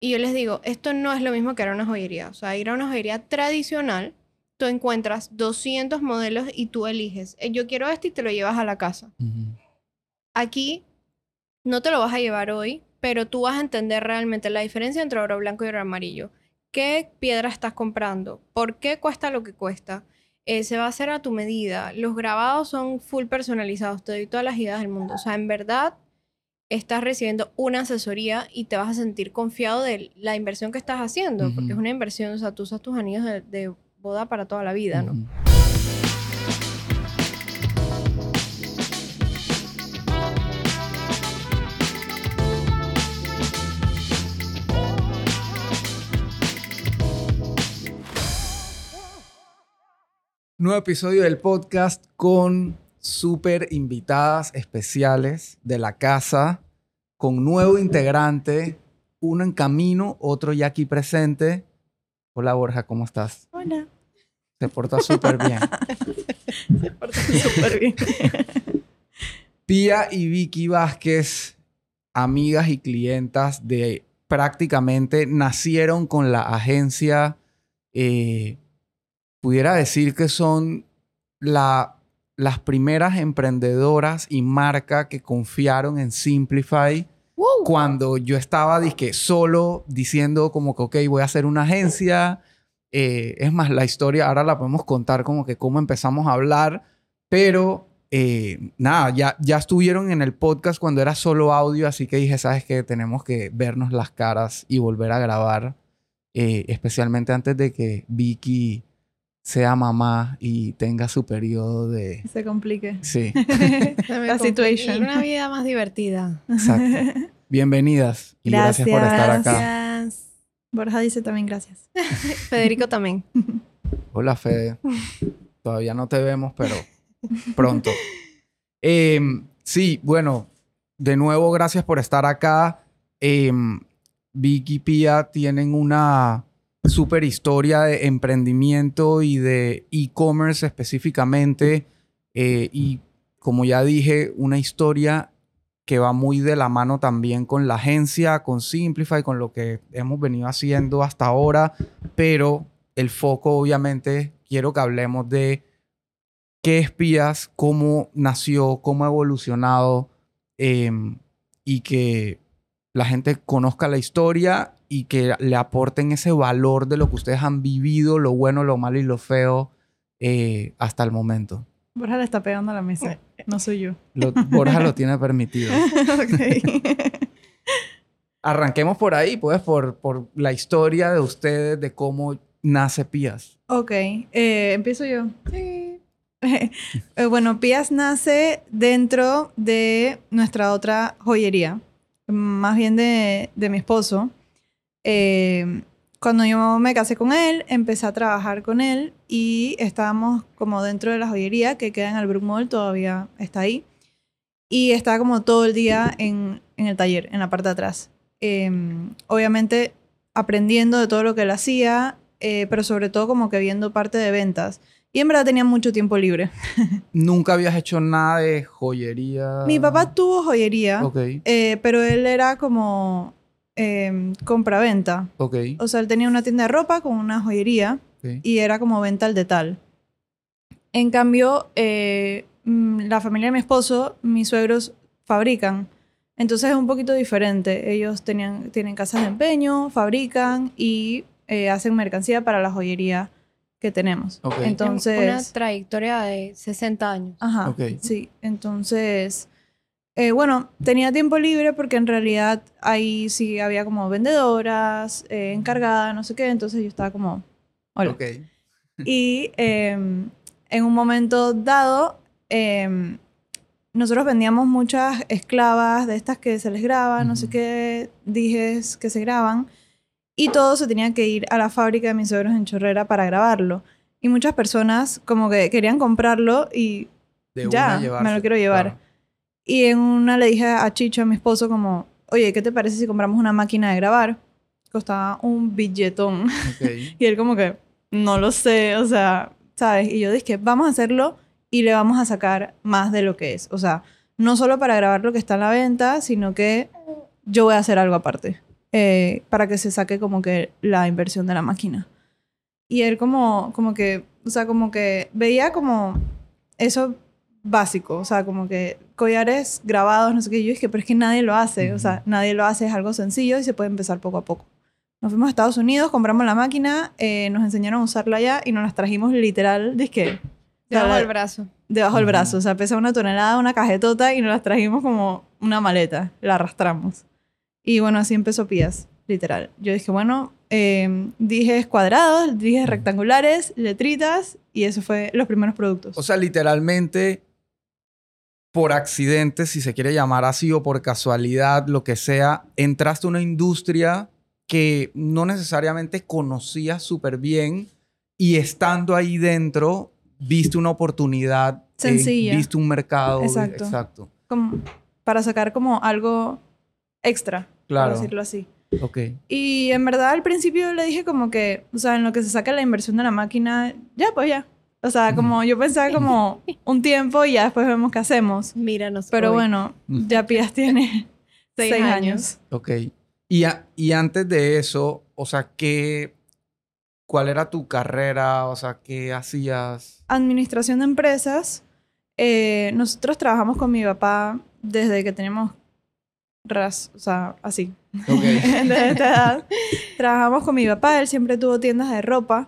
Y yo les digo, esto no es lo mismo que ir a una joyería. O sea, ir a una joyería tradicional, tú encuentras 200 modelos y tú eliges. Yo quiero este y te lo llevas a la casa. Aquí no te lo vas a llevar hoy, pero tú vas a entender realmente la diferencia entre oro blanco y oro amarillo. ¿Qué piedra estás comprando? ¿Por qué cuesta lo que cuesta? Se va a hacer a tu medida. Los grabados son full personalizados. Te doy todas las ideas del mundo. O sea, en verdad, estás recibiendo una asesoría y te vas a sentir confiado de la inversión que estás haciendo. Porque es una inversión. O sea, tú usas tus anillos de boda para toda la vida, ¿no? Nuevo episodio del podcast con súper invitadas especiales de la casa, con nuevo integrante, uno en camino, otro ya aquí presente. Hola Borja, ¿cómo estás? Hola. Se porta súper bien. Se porta súper bien. Pía y Vicky Vázquez, amigas y clientas de prácticamente nacieron con la agencia. Pudiera decir que son las primeras emprendedoras y marca que confiaron en Simplify. Cuando yo estaba solo diciendo como que, ok, voy a hacer una agencia. Es más, la historia ahora la podemos contar como que cómo empezamos a hablar. Pero nada, ya estuvieron en el podcast cuando era solo audio. Así que dije, ¿sabes qué? Tenemos que vernos las caras y volver a grabar. Especialmente antes de que Vicky sea mamá y tenga su periodo de... Se complique. Sí. La situación. Una vida más divertida. Exacto. Bienvenidas. Y gracias por estar acá. Gracias. Borja dice también gracias. Federico también. Hola, Fede. Todavía no te vemos, pero pronto. Sí, bueno, de nuevo, gracias por estar acá. Vicky y Pía tienen una súper historia de emprendimiento y de e-commerce específicamente. Y como ya dije, una historia que va muy de la mano también con la agencia, con Simplify, con lo que hemos venido haciendo hasta ahora. Pero el foco, obviamente, quiero que hablemos de qué es Pías, cómo nació, cómo ha evolucionado, y que la gente conozca la historia y que le aporten ese valor de lo que ustedes han vivido, lo bueno, lo malo y lo feo hasta el momento. Borja le está pegando a la mesa. No soy yo. Borja lo tiene permitido. Ok. Arranquemos por ahí, pues, por la historia de ustedes, de cómo nace Pías. Ok. ¿Empiezo yo? Sí. Bueno, Pías nace dentro de nuestra otra joyería. Más bien de mi esposo. Cuando yo me casé con él, empecé a trabajar con él y estábamos como dentro de la joyería que queda en el Brook Mall, todavía está ahí. Y estaba como todo el día en el taller, en la parte de atrás. Obviamente aprendiendo de todo lo que él hacía, pero sobre todo como que viendo parte de ventas. Y en verdad tenía mucho tiempo libre. ¿Nunca habías hecho nada de joyería? Mi papá tuvo joyería, Ok. pero él era como compra-venta. Ok. O sea, él tenía una tienda de ropa con una joyería y era como venta al detal. En cambio, la familia de mi esposo, mis suegros fabrican. Entonces es un poquito diferente. Ellos tienen casas de empeño, fabrican y hacen mercancía para la joyería que tenemos. Okay. Entonces, Una trayectoria de 60 años. Ajá, Okay. Sí. Entonces, bueno, tenía tiempo libre porque en realidad ahí sí había como vendedoras, encargadas, no sé qué. Entonces yo estaba como, hola. Okay. Y en un momento dado, nosotros vendíamos muchas esclavas de estas que se les graban, no sé qué, dijes que se graban. Y todo se tenía que ir a la fábrica de mis suegros en Chorrera para grabarlo. Y muchas personas como que querían comprarlo y ya, me lo quiero llevar. Claro. Y en una le dije a Chicho, a mi esposo, como, oye, ¿qué te parece si compramos una máquina de grabar? Costaba un billetón. Okay. Y él como que, no lo sé, o sea, ¿sabes? Y yo dije, vamos a hacerlo y le vamos a sacar más de lo que es. O sea, no solo para grabar lo que está en la venta, sino que yo voy a hacer algo aparte. para que se saque como que la inversión de la máquina. Y él como que, o sea, como que veía como eso básico, o sea, como que collares grabados, no sé qué. Yo dije, pero es que nadie lo hace, o sea, nadie lo hace, es algo sencillo y se puede empezar poco a poco. Nos fuimos a Estados Unidos, compramos la máquina, nos enseñaron a usarla allá y nos las trajimos literal, dizque... Debajo del brazo. Debajo del brazo, o sea, pesa 1 tonelada, una cajetota y nos las trajimos como una maleta, la arrastramos. Y bueno, así empezó Pías, literal. Yo dije, bueno, dijes cuadrados, dijes rectangulares, letritas y eso fue los primeros productos. O sea, literalmente, por accidente, si se quiere llamar así, o por casualidad, lo que sea, entraste a una industria que no necesariamente conocías súper bien y estando ahí dentro, viste una oportunidad. Sencilla. Viste un mercado. Exacto. Exacto. Como para sacar como algo extra, Claro. por decirlo así. Ok. Y en verdad al principio le dije como que, o sea, en lo que se saca la inversión de la máquina, ya, pues ya. O sea, como yo pensaba como un tiempo y ya después vemos qué hacemos. Míranos Pero hoy. bueno, ya Pías tiene 6 años. Ok. Y antes de eso, o sea, ¿cuál era tu carrera? O sea, ¿qué hacías? Administración de empresas. Nosotros trabajamos con mi papá desde que tenemos o sea, así. Ok. Desde esta edad. Trabajamos con mi papá, él siempre tuvo tiendas de ropa.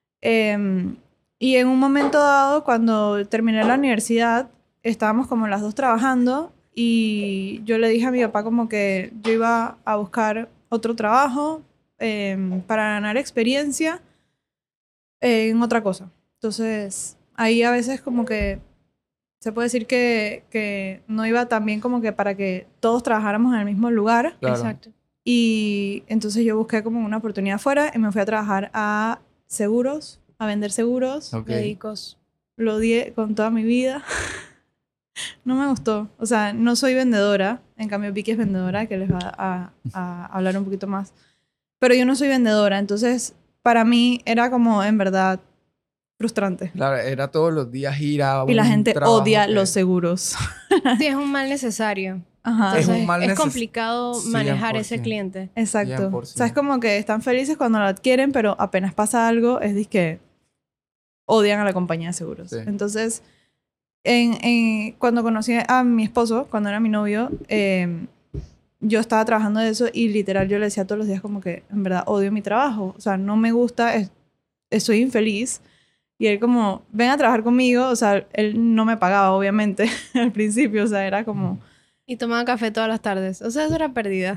Y en un momento dado, cuando terminé la universidad, estábamos como las dos trabajando y yo le dije a mi papá como que yo iba a buscar otro trabajo para ganar experiencia en otra cosa. Entonces, ahí a veces como que se puede decir que no iba tan bien como que para que todos trabajáramos en el mismo lugar. Claro. Exacto. Y entonces yo busqué como una oportunidad afuera y me fui a trabajar a seguros, a vender seguros. Ok. Médicos. Lo odié con toda mi vida. No me gustó. O sea, no soy vendedora. En cambio, Vicky es vendedora, que les va a hablar un poquito más. Pero yo no soy vendedora. Entonces, para mí era como, en verdad, frustrante. Claro, era todos los días ir a Y la un gente trabajo odia que- los seguros. Sí, es un mal necesario. Ajá. Es Entonces, un mal es neces- complicado manejar ese 100%. cliente. Exacto. 100%. O sea, es como que están felices cuando lo adquieren, pero apenas pasa algo, es que odian a la compañía de seguros. Sí. Entonces, cuando conocí a mi esposo, cuando era mi novio, yo estaba trabajando de eso y literal yo le decía todos los días como que en verdad odio mi trabajo. O sea, no me gusta, estoy infeliz. Y él como, ven a trabajar conmigo. O sea, él no me pagaba, obviamente, al principio. O sea, era como... Y tomaba café todas las tardes. O sea, eso era pérdida.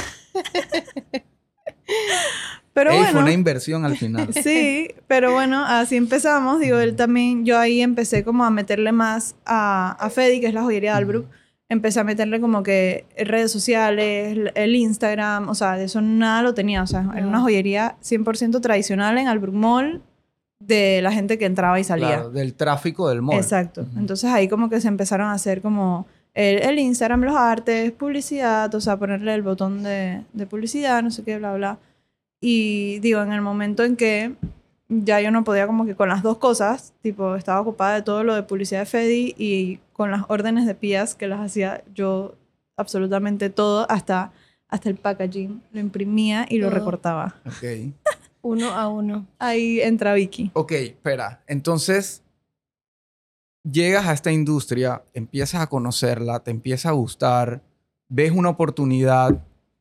Pero Ey, bueno, fue una inversión al final. sí, pero bueno, así empezamos. Digo, él también, yo ahí empecé como a meterle más a Fedi, que es la joyería de Albrook. Empecé a meterle como que redes sociales, el Instagram, o sea, de eso nada lo tenía. O sea, era una joyería 100% tradicional en Albrook Mall de la gente que entraba y salía. Claro, del tráfico del mall. Exacto. Ujú. Entonces ahí como que se empezaron a hacer como el Instagram, los artes, publicidad, o sea, ponerle el botón de publicidad, no sé qué, bla, bla. Y digo, en el momento en que ya yo no podía como que con las dos cosas, tipo, estaba ocupada de todo lo de publicidad de Fedi y con las órdenes de Pías que las hacía yo absolutamente todo, hasta el packaging, lo imprimía y lo Todo. recortaba. Ok. 1 a 1. Ahí entra Vicky. Ok, espera. Entonces, llegas a esta industria, empiezas a conocerla, te empieza a gustar, ves una oportunidad,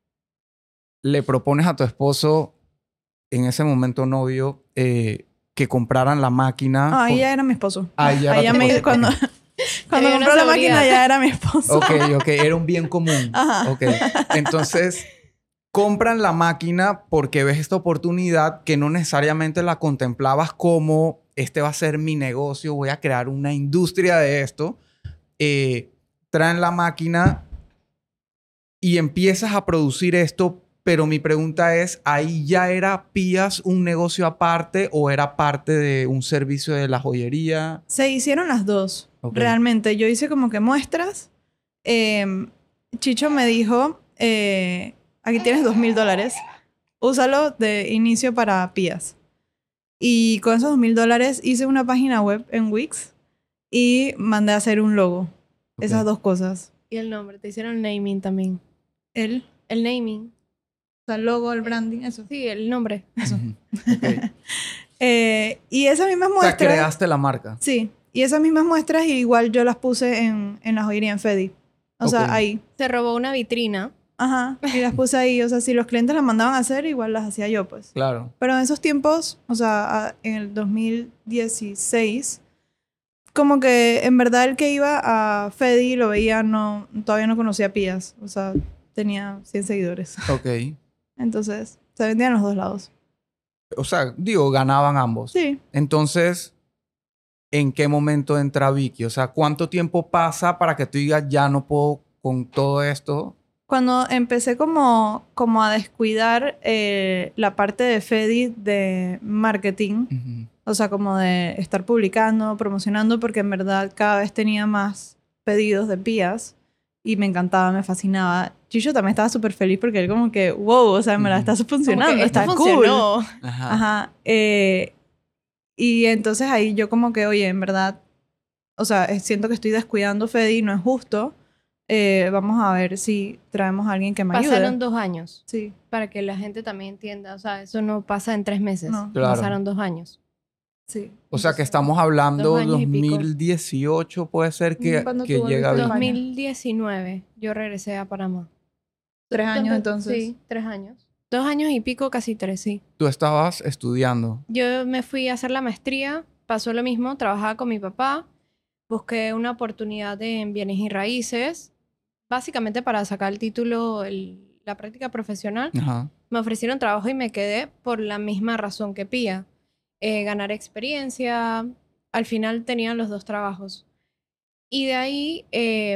le propones a tu esposo, en ese momento novio, que compraran la máquina. Ahí ya era mi esposo. Ah, ya era Ahí ya tu me, esposo. cuando cuando Había una compró la seguridad. máquina ya era mi esposo. Ok, era un bien común. Ajá. Ok, entonces compran la máquina porque ves esta oportunidad que no necesariamente la contemplabas como este va a ser mi negocio, voy a crear una industria de esto. Traen la máquina y empiezas a producir esto, pero mi pregunta es, ¿ahí ya era Pías un negocio aparte o era parte de un servicio de la joyería? Se hicieron las dos. Ok. Realmente. Yo hice como que muestras. Chicho me dijo, aquí tienes $2,000. Úsalo de inicio para Pías. Y con esos $2,000 hice una página web en Wix y mandé a hacer un logo. Ok. Esas dos cosas. Y el nombre. Te hicieron naming también. Él. El naming. sea, el logo, el branding, eso. Sí, el nombre. Eso. Ok. Y esas mismas O sea, muestras... creaste la marca. Sí, y esas mismas muestras igual yo las puse en la joyería en Fedi. O sea, Ok. ahí. Se robó una vitrina. Ajá, y las puse ahí. O sea, si los clientes las mandaban a hacer, igual las hacía yo, pues. Claro. Pero en esos tiempos, o sea, en el 2016, como que en verdad el que iba a Fedi lo veía, todavía no conocía a Pías. O sea, tenía 100 seguidores. Ok. Entonces, se vendían los dos lados. O sea, digo, ganaban ambos. Sí. Entonces, ¿en qué momento entra Vicky? O sea, ¿cuánto tiempo pasa para que tú digas, ya no puedo con todo esto? Cuando empecé como a descuidar la parte de Fedi de marketing, Ujú. o sea, como de estar publicando, promocionando, porque en verdad cada vez tenía más pedidos de Pías y me encantaba, me fascinaba. Chicho también estaba súper feliz porque él como que, wow, o sea, me la Ujú. está Como funcionando, que esto está cool. funcionó. Ajá. Ajá. Y entonces ahí yo como que, oye, en verdad, o sea, siento que estoy descuidando Fedi, no es justo. Vamos a ver si traemos a alguien que me ayude. Pasaron 2 años. Sí. Para que la gente también entienda. O sea, eso no pasa en 3 meses. No. Claro. Pasaron 2 años. Sí. O sea, que Entonces, estamos hablando 2 años y pico. 2018, puede ser ¿Cuándo que tú llega volviste a Vicky. España? 2019 yo regresé a Panamá. 3 años entonces. Sí, 3 años. 2 años y pico, casi 3, sí. Tú estabas estudiando. Yo me fui a hacer la maestría. Pasó lo mismo. Trabajaba con mi papá. Busqué una oportunidad en bienes y raíces. Básicamente para sacar el título, la práctica profesional. Ajá. Me ofrecieron trabajo y me quedé por la misma razón que Pía. Ganar experiencia. Al final tenían los 2 trabajos. Y de ahí,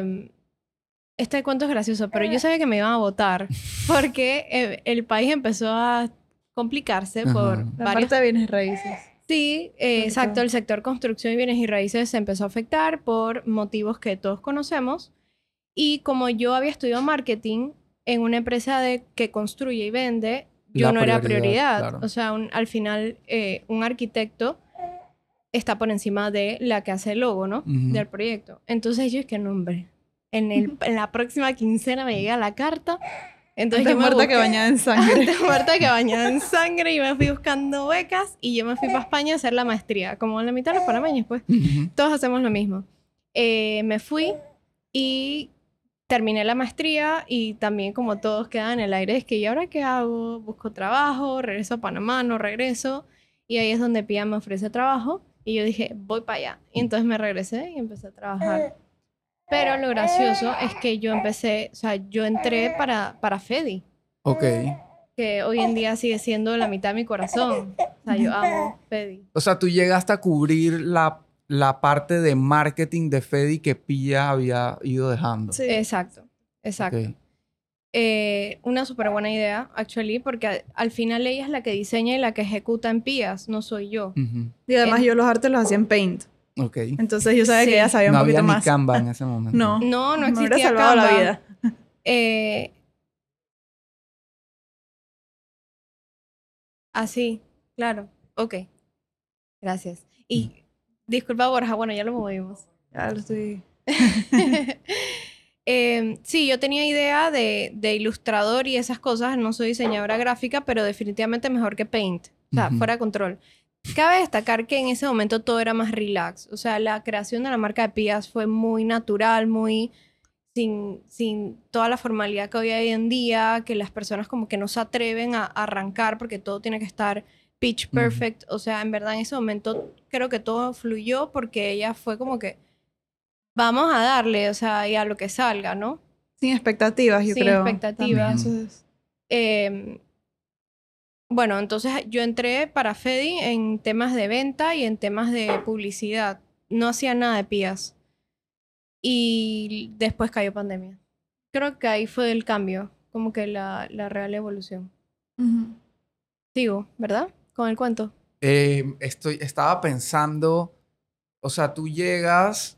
este cuento es gracioso, pero yo sabía que me iban a votar porque el país empezó a complicarse Ajá. por La varios... parte de bienes raíces. Sí, exacto. El sector construcción y bienes y raíces se empezó a afectar por motivos que todos conocemos. Y como yo había estudiado marketing en una empresa que construye y vende, yo La no era prioridad, prioridad. claro. O sea, al final, un arquitecto está por encima de la que hace el logo, ¿no? Ujú. Del proyecto. Entonces yo es que no, hombre. En la próxima quincena me llega la carta. Entonces Antes yo me muerta que busqué- bañada en sangre. Antes muerta que bañada en sangre y me fui buscando becas y yo me fui para España a hacer la maestría. Como la mitad de los panameños, pues. Ujú. Todos hacemos lo mismo. Me fui y terminé la maestría y también como todos quedan en el aire es que ¿y ahora qué hago? Busco trabajo, regreso a Panamá, no regreso. Y ahí es donde Pía me ofrece trabajo y yo dije, voy para allá. Y entonces me regresé y empecé a trabajar. Pero lo gracioso es que yo empecé, o sea, yo entré para Fedi, Ok. que hoy en día sigue siendo la mitad de mi corazón. O sea, yo amo Fedi. O sea, tú llegaste a cubrir la parte de marketing de Fedi que Pía había ido dejando. Sí. Exacto, exacto. Ok. Una súper buena idea, actually, porque al final ella es la que diseña y la que ejecuta en Pías, no soy yo. Ujú. Y además yo los artes los hacía en Paint. Ok. Entonces yo sabía Sí. que ella sabía No un había poquito ni más. Canva en ese momento. No. No, no Me hubiera existía salvado la Canva. vida. Así, claro. Ok, gracias. Y disculpa, Borja, bueno, ya lo movimos. Ya lo estoy... Sí, yo tenía idea de ilustrador y esas cosas. No soy diseñadora gráfica, pero definitivamente mejor que Paint. O sea, Ujú. fuera de control. Cabe destacar que en ese momento todo era más relax. O sea, la creación de la marca de Pías fue muy natural, muy sin toda la formalidad que hoy hay en día, que las personas como que no se atreven a arrancar porque todo tiene que estar pitch perfect. O sea, en verdad en ese momento creo que todo fluyó porque ella fue como que vamos a darle, o sea, y a lo que salga, ¿no? Sin expectativas, yo Sin creo. expectativas. También, eso es- Bueno, entonces yo entré para Fedi en temas de venta y en temas de publicidad. No hacía nada de Pías. Y después cayó pandemia. Creo que ahí fue el cambio, como que la real evolución. Ujú. Sigo, ¿verdad? Con el cuento. Estaba pensando, o sea, tú llegas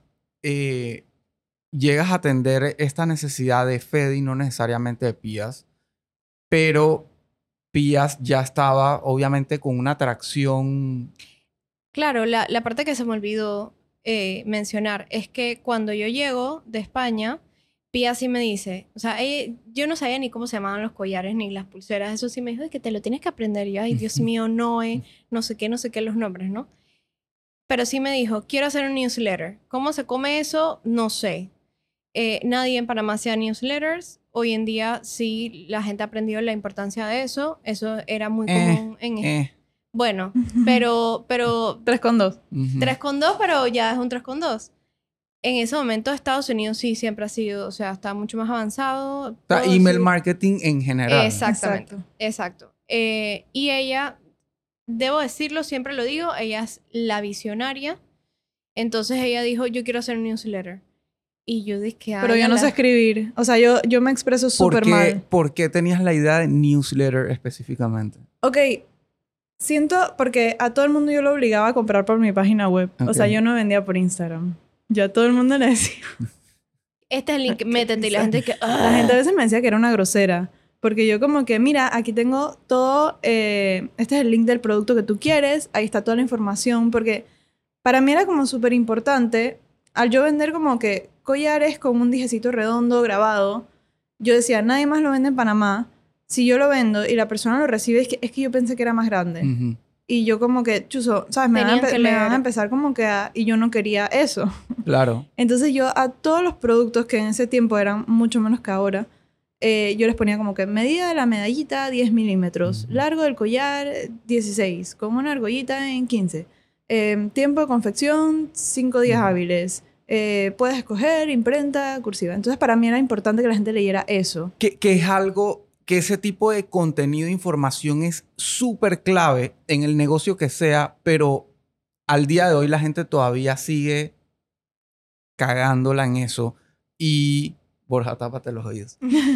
a atender esta necesidad de Fedi, no necesariamente de Pías, pero Pías ya estaba obviamente con una atracción. Claro, la parte que se me olvidó mencionar es que cuando yo llego de España, Pia sí me dice, o sea, yo no sabía ni cómo se llamaban los collares ni las pulseras, eso sí me dijo, de que te lo tienes que aprender. Y yo, ay, Dios mío, no sé qué, los nombres, ¿no? Pero sí me dijo, quiero hacer un newsletter. ¿Cómo se come eso? No sé. Nadie en Panamá hacía newsletters. Hoy en día sí la gente ha aprendido la importancia de eso. Eso era muy común en... Bueno, pero 3,2. 3,2, pero ya es un 3,2. En ese momento Estados Unidos sí siempre ha sido, o sea, está mucho más avanzado. Está email marketing en general. Exactamente. Exacto. Y ella, debo decirlo, siempre lo digo, ella es la visionaria. Entonces ella dijo, yo quiero hacer un newsletter. Y yo dije, pero yo no sé escribir. O sea, yo me expreso súper mal. ¿Por qué tenías la idea de newsletter específicamente? Ok. Siento, porque a todo el mundo yo lo obligaba a comprar por mi página web. Okay. O sea, yo no vendía por Instagram. Yo a todo el mundo le decía... Este es el link, métete. Y la gente que... La gente a veces me decía que era una grosera. Porque yo como que, mira, aquí tengo todo... este es el link del producto que tú quieres. Ahí está toda la información. Porque para mí era como súper importante... Al yo vender como que collares con un dijecito redondo grabado... Yo decía, nadie más lo vende en Panamá. Si yo lo vendo y la persona lo recibe, es que yo pensé que era más grande. Y yo como que, chuzo, ¿sabes? Me van a empezar como que a... Y yo no quería eso. Claro. Entonces yo a todos los productos que en ese tiempo eran mucho menos que ahora, yo les ponía como que medida de la medallita 10 milímetros, largo del collar 16, con una argollita en 15, tiempo de confección 5 días hábiles, puedes escoger imprenta, cursiva. Entonces para mí era importante que la gente leyera eso. Que es algo... que ese tipo de contenido e información es súper clave en el negocio que sea, pero al día de hoy la gente todavía sigue cagándola en eso. Y... Borja, tápate los oídos.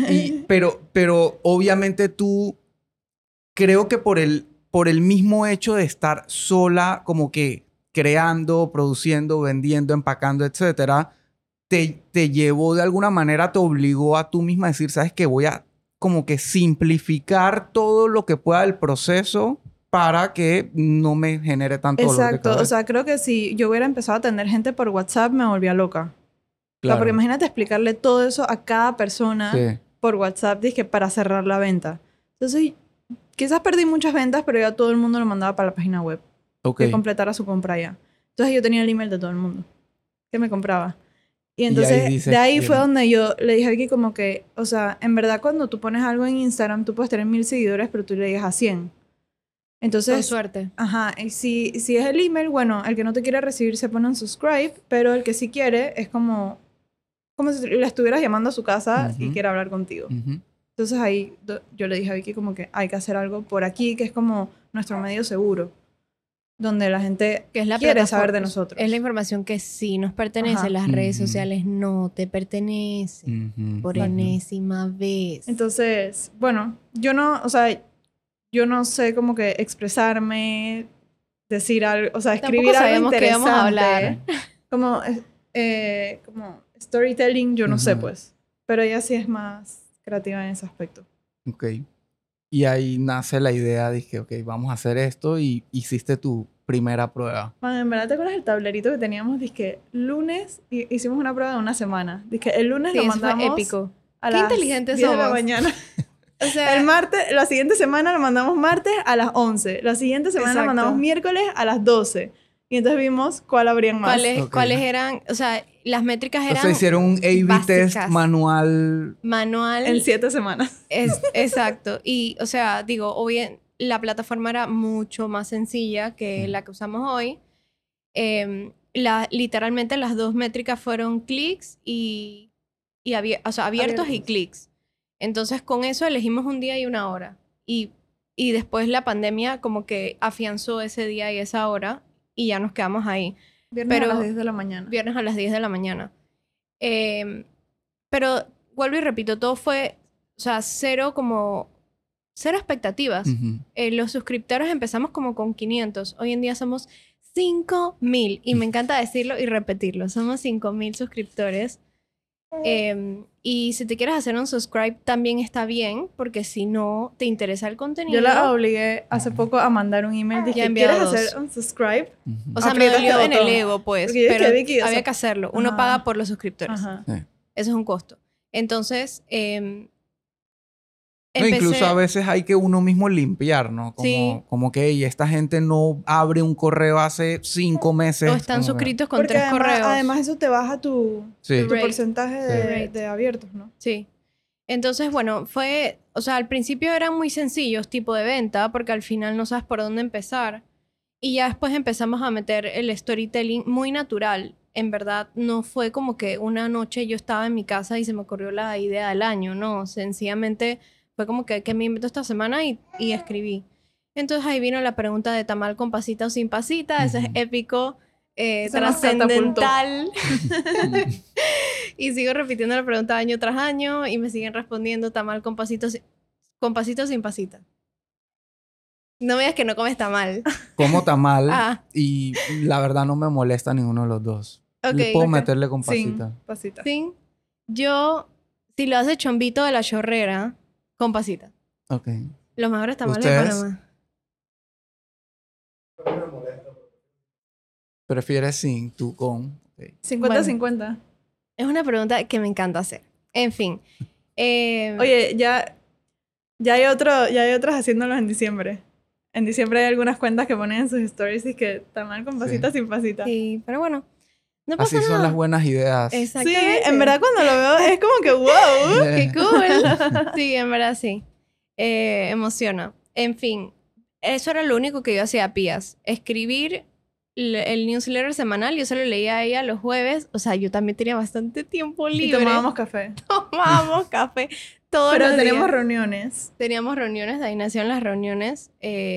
Pero obviamente tú... Creo que por el mismo hecho de estar sola, como que creando, produciendo, vendiendo, empacando, etcétera, te llevó de alguna manera, te obligó a tú misma a decir, ¿sabes qué? Voy a como que simplificar todo lo que pueda del proceso para que no me genere tanto dolor de cabeza. Exacto. O sea, creo que si yo hubiera empezado a atender gente por WhatsApp, me volvía loca. Claro. O sea, porque imagínate explicarle todo eso a cada persona por WhatsApp, dije, para cerrar la venta. Entonces, quizás perdí muchas ventas, pero ya todo el mundo lo mandaba para la página web. Que completara su compra ya. Entonces, yo tenía el email de todo el mundo que me compraba. Y entonces, de ahí fue donde yo le dije a Vicky como que, o sea, en verdad cuando tú pones algo en Instagram, tú puedes tener 1000 seguidores, pero tú le llegas a 100. Entonces... Con suerte. Ajá. Y si es el email, bueno, el que no te quiere recibir se pone en subscribe, pero el que sí quiere es como si le estuvieras llamando a su casa y quiere hablar contigo. Entonces ahí yo le dije a Vicky como que hay que hacer algo por aquí, que es como nuestro medio seguro. Donde la gente quiere saber de nosotros. Es la información que sí nos pertenece. Las redes sociales no te pertenecen. Por enésima vez. Entonces, bueno, yo no sé cómo que expresarme, decir algo, o sea, escribir algo interesante. Tampoco sabemos qué vamos a hablar. Como storytelling, yo no sé, pues. Pero ella sí es más creativa en ese aspecto. Ok. Y ahí nace la idea, dije, ok, vamos a hacer esto y hiciste tu primera prueba. Man, en verdad, ¿te acuerdas el tablerito que teníamos? Dije, lunes, hicimos una prueba de una semana. Dije, el lunes lo mandamos fue épico. A las 10 de la mañana. O sea, el martes, la siguiente semana lo mandamos martes a las 11. La siguiente semana lo mandamos miércoles a las 12. Y entonces vimos cuál habrían más. ¿Cuáles eran? O sea, las métricas eran... O sea, hicieron un A/B test manual. En 7 semanas. Exacto. Y, o sea, digo, la plataforma era mucho más sencilla que la que usamos hoy. Literalmente las dos métricas fueron clics y abiertos y clics. Entonces, con eso elegimos un día y una hora. Y después la pandemia como que afianzó ese día y esa hora y ya nos quedamos ahí. Viernes a las 10 de la mañana. Viernes a las 10 de la mañana. Pero vuelvo y repito, todo fue, o sea, cero expectativas. Los suscriptores empezamos como con 500. Hoy en día somos 5,000. Y me encanta decirlo y repetirlo. Somos 5,000 suscriptores. Y si te quieres hacer un subscribe también está bien, porque si no te interesa el contenido... Yo la obligué hace poco a mandar un email. Dije, ¿quieres hacer un subscribe? O sea, me dolió en el ego, pues. Pero había que hacerlo. Uno paga por los suscriptores. Eso es un costo. Entonces, No, incluso a veces hay que uno mismo limpiar, ¿no? Como que "Ey, esta gente no abre un correo hace 5 meses. O están como que- suscritos con Porque 3 además, correos. además eso te baja tu Rate. porcentaje Sí. de abiertos, ¿no? Sí. Entonces, bueno, o sea, al principio eran muy sencillos tipo de venta, porque al final no sabes por dónde empezar. Y ya después empezamos a meter el storytelling muy natural. En verdad, no fue como que una noche yo estaba en mi casa y se me ocurrió la idea del año, no. Sencillamente fue como que me invento esta semana y escribí. Entonces ahí vino la pregunta de tamal con pasita o sin pasita. Ese es épico, Eso nos catapultó. trascendental. Y sigo repitiendo la pregunta año tras año y me siguen respondiendo tamal con pasito o sin pasita. No me digas que no comes tamal. Como tamal Ah. y la verdad no me molesta ninguno de los dos. Ok. Puedo Ok. meterle con Sin pasita. pasita. Sí. Yo, si lo hace chombito de la chorrera, con pasita. Ok. Los mejores tamales ¿Ustedes? de Panamá. ¿Prefieres sin, tú con? Ok. 50-50. Es una pregunta que me encanta hacer. En fin. Oye, ya hay otros haciéndolos en diciembre. En diciembre hay algunas cuentas que ponen en sus stories y que tamal con pasita, sin pasita. Sí, pero bueno. No pasa Así son nada. las buenas ideas. Sí, Exactamente. en verdad cuando lo veo es como que wow. ¡Qué cool! Sí, en verdad sí. Emociona. En fin, eso era lo único que yo hacía a Pías. Escribir el newsletter semanal. Yo se lo leía a ella los jueves. O sea, yo también tenía bastante tiempo Y libre. tomábamos café. Tomábamos café todos Pero los teníamos días. reuniones. Teníamos reuniones, de ahí nacieron las reuniones.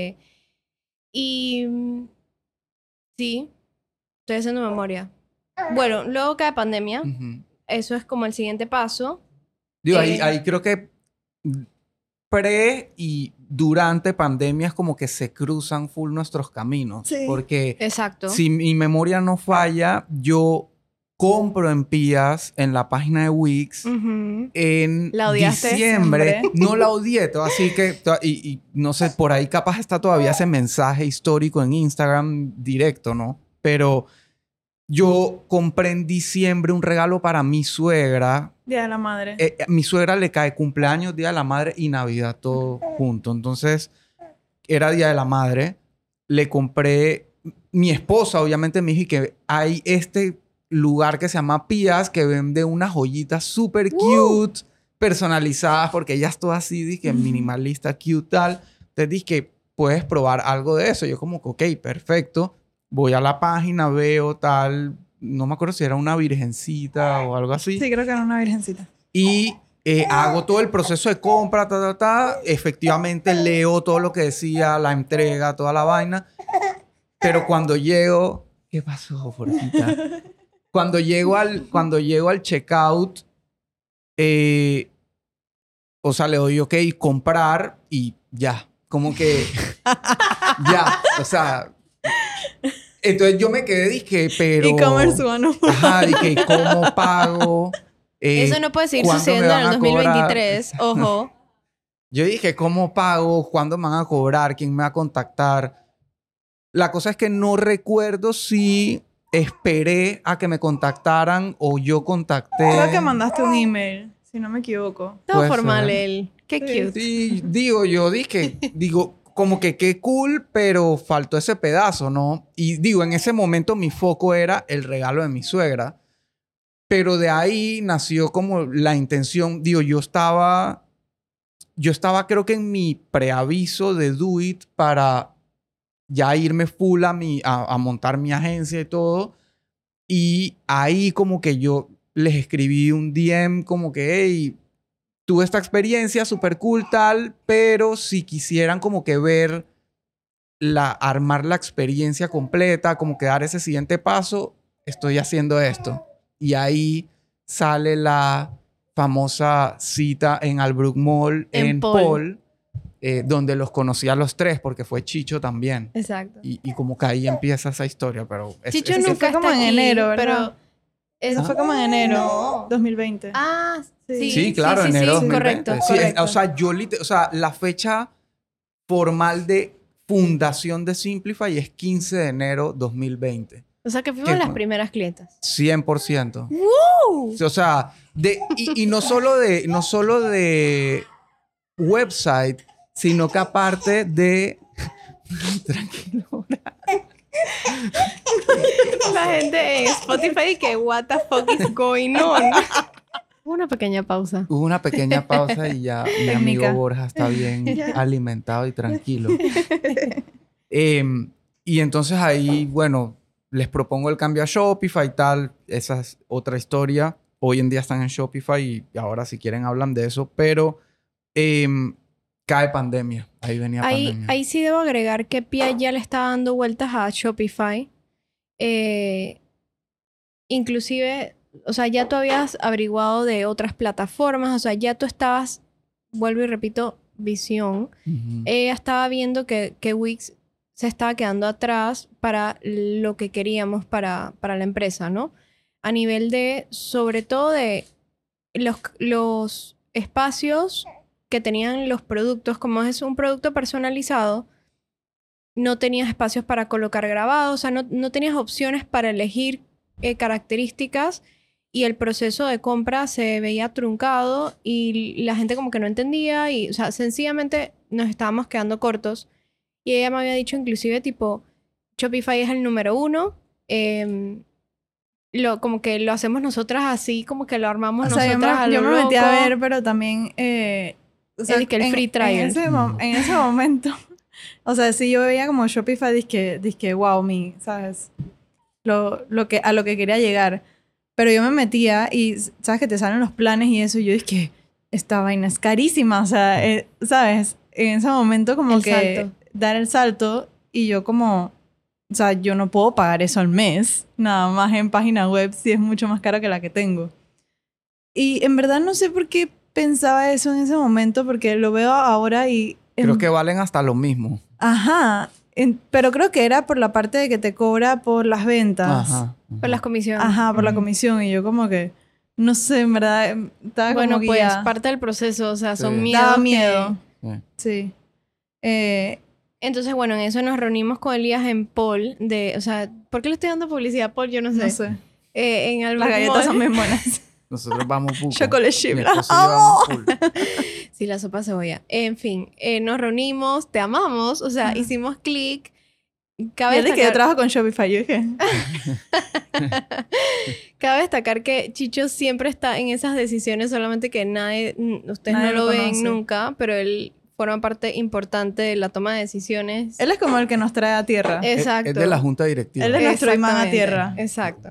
Y sí, estoy haciendo memoria. Bueno, luego cae pandemia. Ujú. Eso es como el siguiente paso. Digo, ahí creo que pre y durante pandemias como que se cruzan full nuestros caminos. Sí. Porque Exacto. si mi memoria no falla, yo compro en Pías en la página de Wix Ujú. en ¿La odiaste? diciembre. Siempre. No la odié, todo, así que... Y no sé, por ahí capaz está todavía ese mensaje histórico en Instagram directo, ¿no? Pero yo compré en diciembre un regalo para mi suegra. Día de la madre. Mi suegra le cae cumpleaños, Día de la Madre y Navidad todo junto. Entonces, era Día de la Madre. Le compré... Mi esposa, obviamente, me dijo que hay este lugar que se llama Pías que vende unas joyitas súper cute, personalizadas, porque ella es toda así, dije, minimalista, cute, tal. Entonces dije que puedes probar algo de eso. Yo como, ok, perfecto. Voy a la página, veo tal... No me acuerdo si era una virgencita o algo así. Sí, creo que era una virgencita. Y hago todo el proceso de compra, Efectivamente leo todo lo que decía, la entrega, toda la vaina. Pero cuando llego... ¿Qué pasó, Forquita? Cuando llego al checkout, o sea, le doy ok, comprar y ya. Como que... ya, o sea... Entonces yo me quedé, dije, pero... E-commerce 101. Ajá, dije, ¿cómo pago? Eso no puede seguir ¿cuándo me sucediendo en van el a cobrar? 2023. Ojo. Yo dije, ¿cómo pago? ¿Cuándo me van a cobrar? ¿Quién me va a contactar? La cosa es que no recuerdo si esperé a que me contactaran o yo contacté. Creo que mandaste un email, si no me equivoco. Todo Puede formal ser. él. Qué Sí. cute. Sí, digo, como que qué cool, pero faltó ese pedazo, ¿no? Y digo, en ese momento mi foco era el regalo de mi suegra. Pero de ahí nació como la intención. Digo, yo estaba creo que en mi preaviso de Do It para ya irme full a montar mi agencia y todo. Y ahí como que yo les escribí un DM como que, hey, tuve esta experiencia súper cool tal, pero si quisieran como que ver armar la experiencia completa, como que dar ese siguiente paso, estoy haciendo esto. Y ahí sale la famosa cita en Albrook Mall en Paul, donde los conocí a los tres porque fue Chicho también. Exacto. Y como que ahí empieza esa historia, pero... Chicho Eso nunca fue como está en aquí, enero, ¿verdad? pero... Eso fue como en enero No. 2020. Ah, sí. Sí, claro, sí, enero sí, 2020. correcto, Sí, correcto. o sea, la fecha formal de fundación de Simplify es 15 de enero 2020. O O sea, que fuimos las primeras clientas. 100%. ¡Woo! O sea, y no solo de website, sino que aparte de... Tranquilo. La gente en Spotify que what the fuck is going on. Una pequeña pausa. Hubo una pequeña pausa y ya mi amigo Técnica. Borja está bien alimentado y tranquilo. Y entonces ahí, bueno, les propongo el cambio a Shopify y tal. Esa es otra historia. Hoy en día están en Shopify y ahora si quieren hablan de eso. Pero cae pandemia. Ahí venía pandemia. Ahí sí debo agregar que Pia ya le está dando vueltas a Shopify. Inclusive, o sea, ya tú habías averiguado de otras plataformas. O sea, ya tú estabas, vuelvo y repito, visión. Ujú. Ella estaba viendo que Wix se estaba quedando atrás para lo que queríamos para la empresa, ¿no? A nivel de, sobre todo de los espacios que tenían los productos, como es un producto personalizado, no tenías espacios para colocar grabados, o sea, no tenías opciones para elegir características y el proceso de compra se veía truncado y la gente como que no entendía y, o sea, sencillamente nos estábamos quedando cortos. Y ella me había dicho inclusive tipo, Shopify es el número 1, como que lo hacemos nosotras así, como que lo armamos O sea, nosotras a lo yo me metí a loco. ver, pero también... o sea, que el free trial. En ese momento... O sea, sí yo veía como Shopify, dizque wow, me, ¿sabes? A lo que quería llegar. Pero yo me metía y, ¿sabes? Que te salen los planes y eso. Y yo dije, esta vaina es carísima. O sea, ¿sabes? En ese momento como El que salto. dar el salto y yo como... O sea, yo no puedo pagar eso al mes. Nada más en página web si es mucho más caro que la que tengo. Y en verdad no sé por qué pensaba eso en ese momento, porque lo veo ahora y... Creo que valen hasta lo mismo. Ajá. Pero creo que era por la parte de que te cobra por las ventas. Ajá. Por las comisiones. Ajá, por la comisión. Y yo como que... No sé, en verdad... Estaba Bueno, como pues guía. parte del proceso, o sea, Sí. son miedos. Daba que- miedo. Sí. Sí. Entonces, bueno, en eso nos reunimos con Elías en Paul de, o sea, ¿por qué le estoy dando publicidad a Paul? Yo no sé. No sé. En Albert Las galletas Mall. son bien buenas. Nosotros vamos full. Chocolate chip. Mi las esposo y yo amo. vamos full. Sí, la sopa de cebolla. En fin, nos reunimos, te amamos, o sea, Ajá. hicimos clic. Y Cabe él de que yo destacar, trabajo con Shopify. Yo dije... cabe destacar que Chicho siempre está en esas decisiones, solamente que ustedes Nadie no lo lo ven conoce. nunca, pero él forma parte importante de la toma de decisiones. Él es como el que nos trae a tierra. Exacto. Es de la junta directiva. Él es nuestro imán a Exactamente, tierra. Exacto.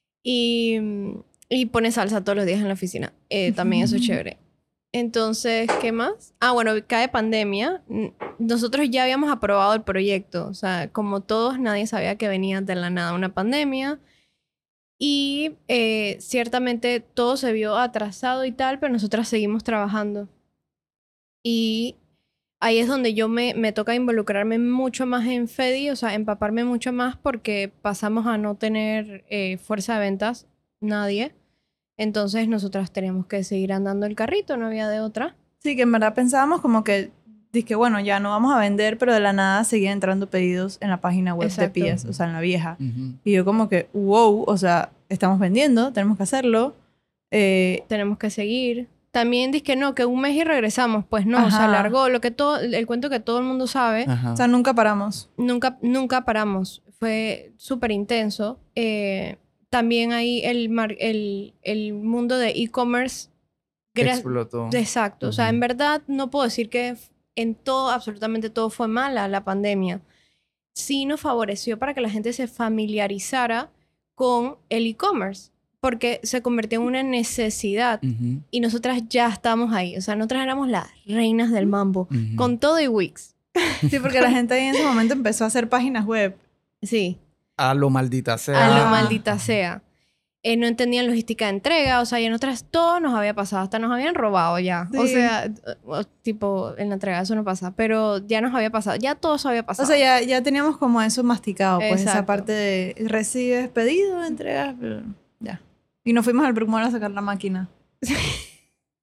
Y pone salsa todos los días en la oficina. También eso es chévere. Entonces, ¿qué más? Ah, bueno, cae pandemia. Nosotros ya habíamos aprobado el proyecto. O sea, como todos, nadie sabía que venía de la nada una pandemia. Y ciertamente todo se vio atrasado y tal, pero nosotras seguimos trabajando. Y ahí es donde yo me toca involucrarme mucho más en Fedi, o sea, empaparme mucho más porque pasamos a no tener fuerza de ventas, nadie. Entonces nosotras teníamos que seguir andando el carrito, no había de otra. Sí, que en verdad pensábamos como que... Dije, bueno, ya no vamos a vender, pero de la nada seguían entrando pedidos en la página web de Exacto. Pías, o sea, en la vieja. Ujú. Y yo como que, wow, o sea, estamos vendiendo, tenemos que hacerlo. Tenemos que seguir. También dije no, que un mes y regresamos. Pues no, se Ajá. alargó. El cuento que todo el mundo sabe. Ajá. O sea, nunca paramos. Nunca paramos. Fue súper intenso. También ahí el mundo de e-commerce. Explotó. Exacto. O sea, Ujú. en verdad no puedo decir que en todo, absolutamente todo fue mala la pandemia. Sí nos favoreció para que la gente se familiarizara con el e-commerce. Porque se convirtió en una necesidad. Ujú. Y nosotras ya estamos ahí. O sea, nosotras éramos las reinas del mambo. Ujú. Con todo y Wix. Sí, porque la gente ahí en ese momento empezó a hacer páginas web. Sí. A lo maldita sea. A lo Ah. maldita sea. No entendían logística de entrega. O sea, y en otras todo nos había pasado. Hasta nos habían robado ya. O Sí. sea, tipo, en la entrega eso no pasa. Pero ya nos había pasado. Ya todo eso había pasado. O sea, ya teníamos como eso masticado, pues esa Exacto. parte de recibes pedido, entregas, ya. Y nos fuimos al Brookmall a sacar la máquina.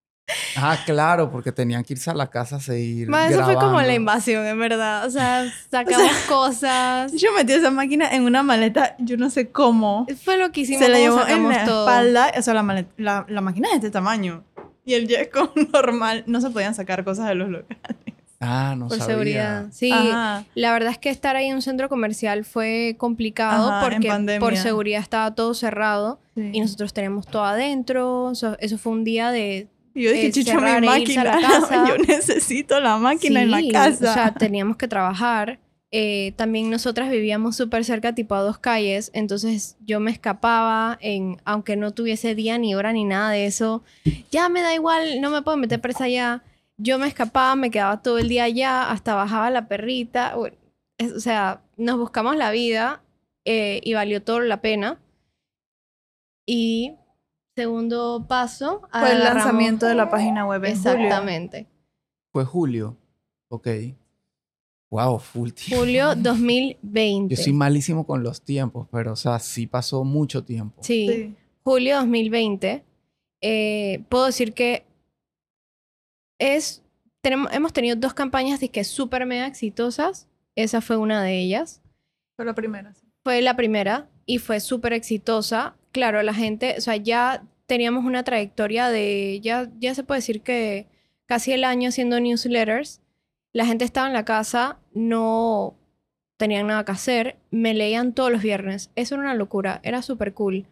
Ah, claro, porque tenían que irse a la casa a seguir Eso fue como la grabando. invasión, en verdad. O sea, sacamos cosas. Yo metí esa máquina en una maleta, yo no sé cómo. Fue lo que hicimos, Se la cómo llevó en sacamos la todo. espalda. O sea, la máquina es de este tamaño. Y el Yesco normal. No se podían sacar cosas de los locales. Ah, no Por sabía. seguridad. Sí, Ajá. la verdad es que estar ahí en un centro comercial fue complicado Ajá, en porque pandemia. por seguridad estaba todo cerrado Sí. y nosotros teníamos todo adentro. Eso fue un día de Y yo dije, chicho, mi cerrar e irse a máquina. la casa. Yo necesito la máquina en la Sí, casa. o sea, teníamos que trabajar. También nosotras vivíamos súper cerca, tipo a 2 calles, entonces yo me escapaba, aunque no tuviese día ni hora ni nada de eso, ya me da igual, no me puedo meter presa allá. Yo me escapaba, me quedaba todo el día allá, hasta bajaba la perrita. Bueno, o sea, nos buscamos la vida y valió todo la pena. Y segundo paso, Fue el agarramos- lanzamiento de la página web en julio. Exactamente. Fue julio. Ok. Wow, full tiempo. Julio 2020. Yo soy malísimo con los tiempos, pero, o sea, sí pasó mucho tiempo. Sí, Sí. julio 2020. Puedo decir que hemos tenido 2 campañas que súper mega exitosas. Esa fue una de ellas. Fue la primera. Sí. Fue la primera y fue súper exitosa. Claro, la gente, o sea, ya teníamos una trayectoria ya se puede decir que casi el año haciendo newsletters. La gente estaba en la casa, no tenían nada que hacer, me leían todos los viernes. Eso era una locura, era súper cool.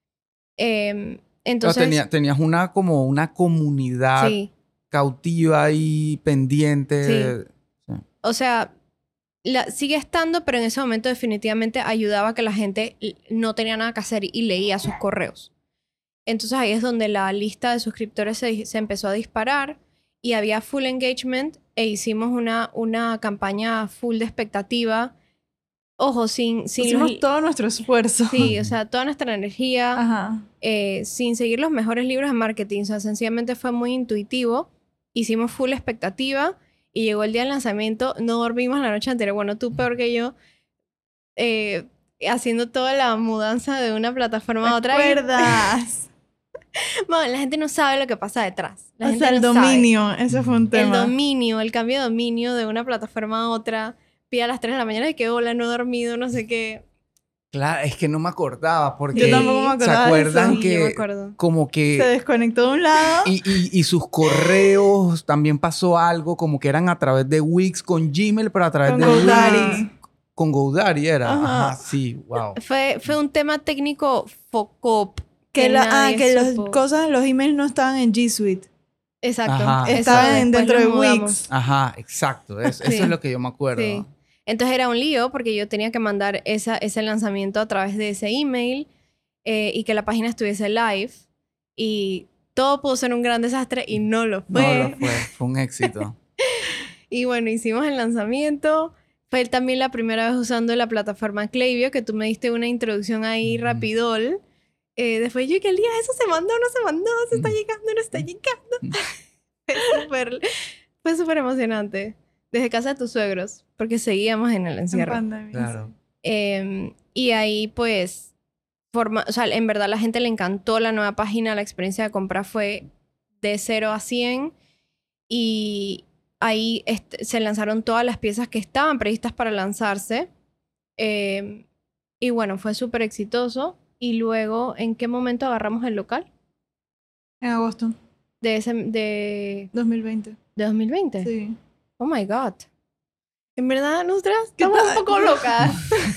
Entonces, Tenías como una comunidad sí, cautiva y pendiente. Sí. o sea, sigue estando, pero en ese momento definitivamente ayudaba a que la gente no tenía nada que hacer y leía sus correos. Entonces ahí es donde la lista de suscriptores se empezó a disparar y había full engagement e hicimos una campaña full de expectativa. Ojo, sin Pusimos todo nuestro esfuerzo. Sí, o sea, toda nuestra energía, Ajá. sin seguir los mejores libros de marketing. O sea, sencillamente fue muy intuitivo. Hicimos full expectativa y llegó el día del lanzamiento. No dormimos la noche anterior. Bueno, tú peor que yo. Haciendo toda la mudanza de una plataforma a otra. ¿Recuerdas? Bueno, la gente no sabe lo que pasa detrás. La O gente sea, el no sabe. dominio. Ese fue un El tema. dominio, el cambio de dominio de una plataforma a otra. Pide a las 3 de la mañana de que hola, no he dormido, no sé qué. Claro, es que no me acordaba porque Yo tampoco me ¿se acordaba de acuerdan eso. Sí, yo me que acuerdo. como Se que desconectó de un lado. y sus correos también pasó algo como que eran a través de Wix con Gmail, pero a través Con de GoDaddy. Wix con GoDaddy era. Ajá. Ajá, sí, wow. Fue un tema técnico focop. Que nadie las supo. cosas, los emails no estaban en G Suite. Exacto. Ajá. Eso Estaban después dentro lo de mudamos. Wix. Ajá, exacto. Eso Sí. es lo que yo me acuerdo. Sí. Entonces era un lío porque yo tenía que mandar ese lanzamiento a través de ese email y que la página estuviese live. Y todo pudo ser un gran desastre y no lo fue. No lo fue. Fue un éxito. Y bueno, hicimos el lanzamiento. Fue también la primera vez usando la plataforma Klaviyo, que tú me diste una introducción ahí rapidol. Después yo que el día eso se mandó, no se mandó, se está llegando, no está llegando. Fue súper emocionante. Desde casa de tus suegros, porque seguíamos en el En encierro. pandemia. Claro. Y ahí pues, o sea, en verdad la gente le encantó la nueva página, la experiencia de compra fue de 0 a 100 y ahí se lanzaron todas las piezas que estaban previstas para lanzarse. Y bueno, fue súper exitoso. Y luego, ¿en qué momento agarramos el local? En agosto De 2020. 2020. Sí. Oh my God. En verdad, nosotras ¿Qué estamos un tal? poco locas.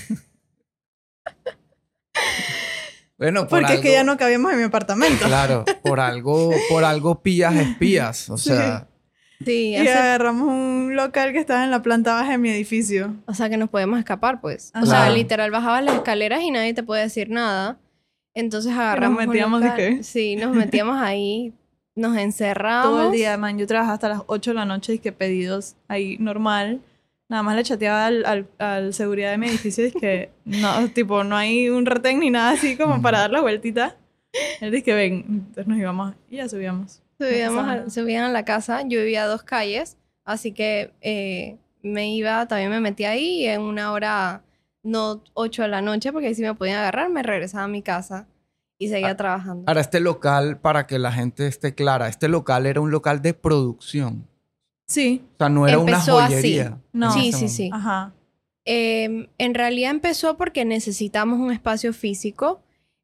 Bueno, por Porque es algo, que ya no cabíamos en mi apartamento. Claro, por algo pillas espías. O sea, Sí, Y hace- agarramos un local que estaba en la planta baja de mi edificio. o sea que nos podemos escapar, pues. O Ajá. sea, Claro. literal, bajabas las escaleras y nadie te puede decir nada. Entonces agarramos un metíamos, local. ¿de qué? Sí, nos metíamos ahí, nos encerramos. Todo el día, man. Yo trabajaba hasta las 8 de la noche y que pedidos ahí normal. Nada más le chateaba al seguridad de mi edificio y que no, tipo, no hay un retén ni nada así como para dar la vueltita. Él dice que ven, entonces nos íbamos y ya subíamos. Subían a la casa. Yo vivía a 2 calles, así que también me metí ahí y en una hora, no 8 de la noche, porque ahí sí me podían agarrar, me regresaba a mi casa. y seguía trabajando. Ahora, este local, para que la gente esté clara, este local era un local de producción. Sí. O sea, no era Empezó una así. joyería. No. Sí, en ese sí, momento. sí. Ajá. En realidad empezó porque necesitamos un espacio físico.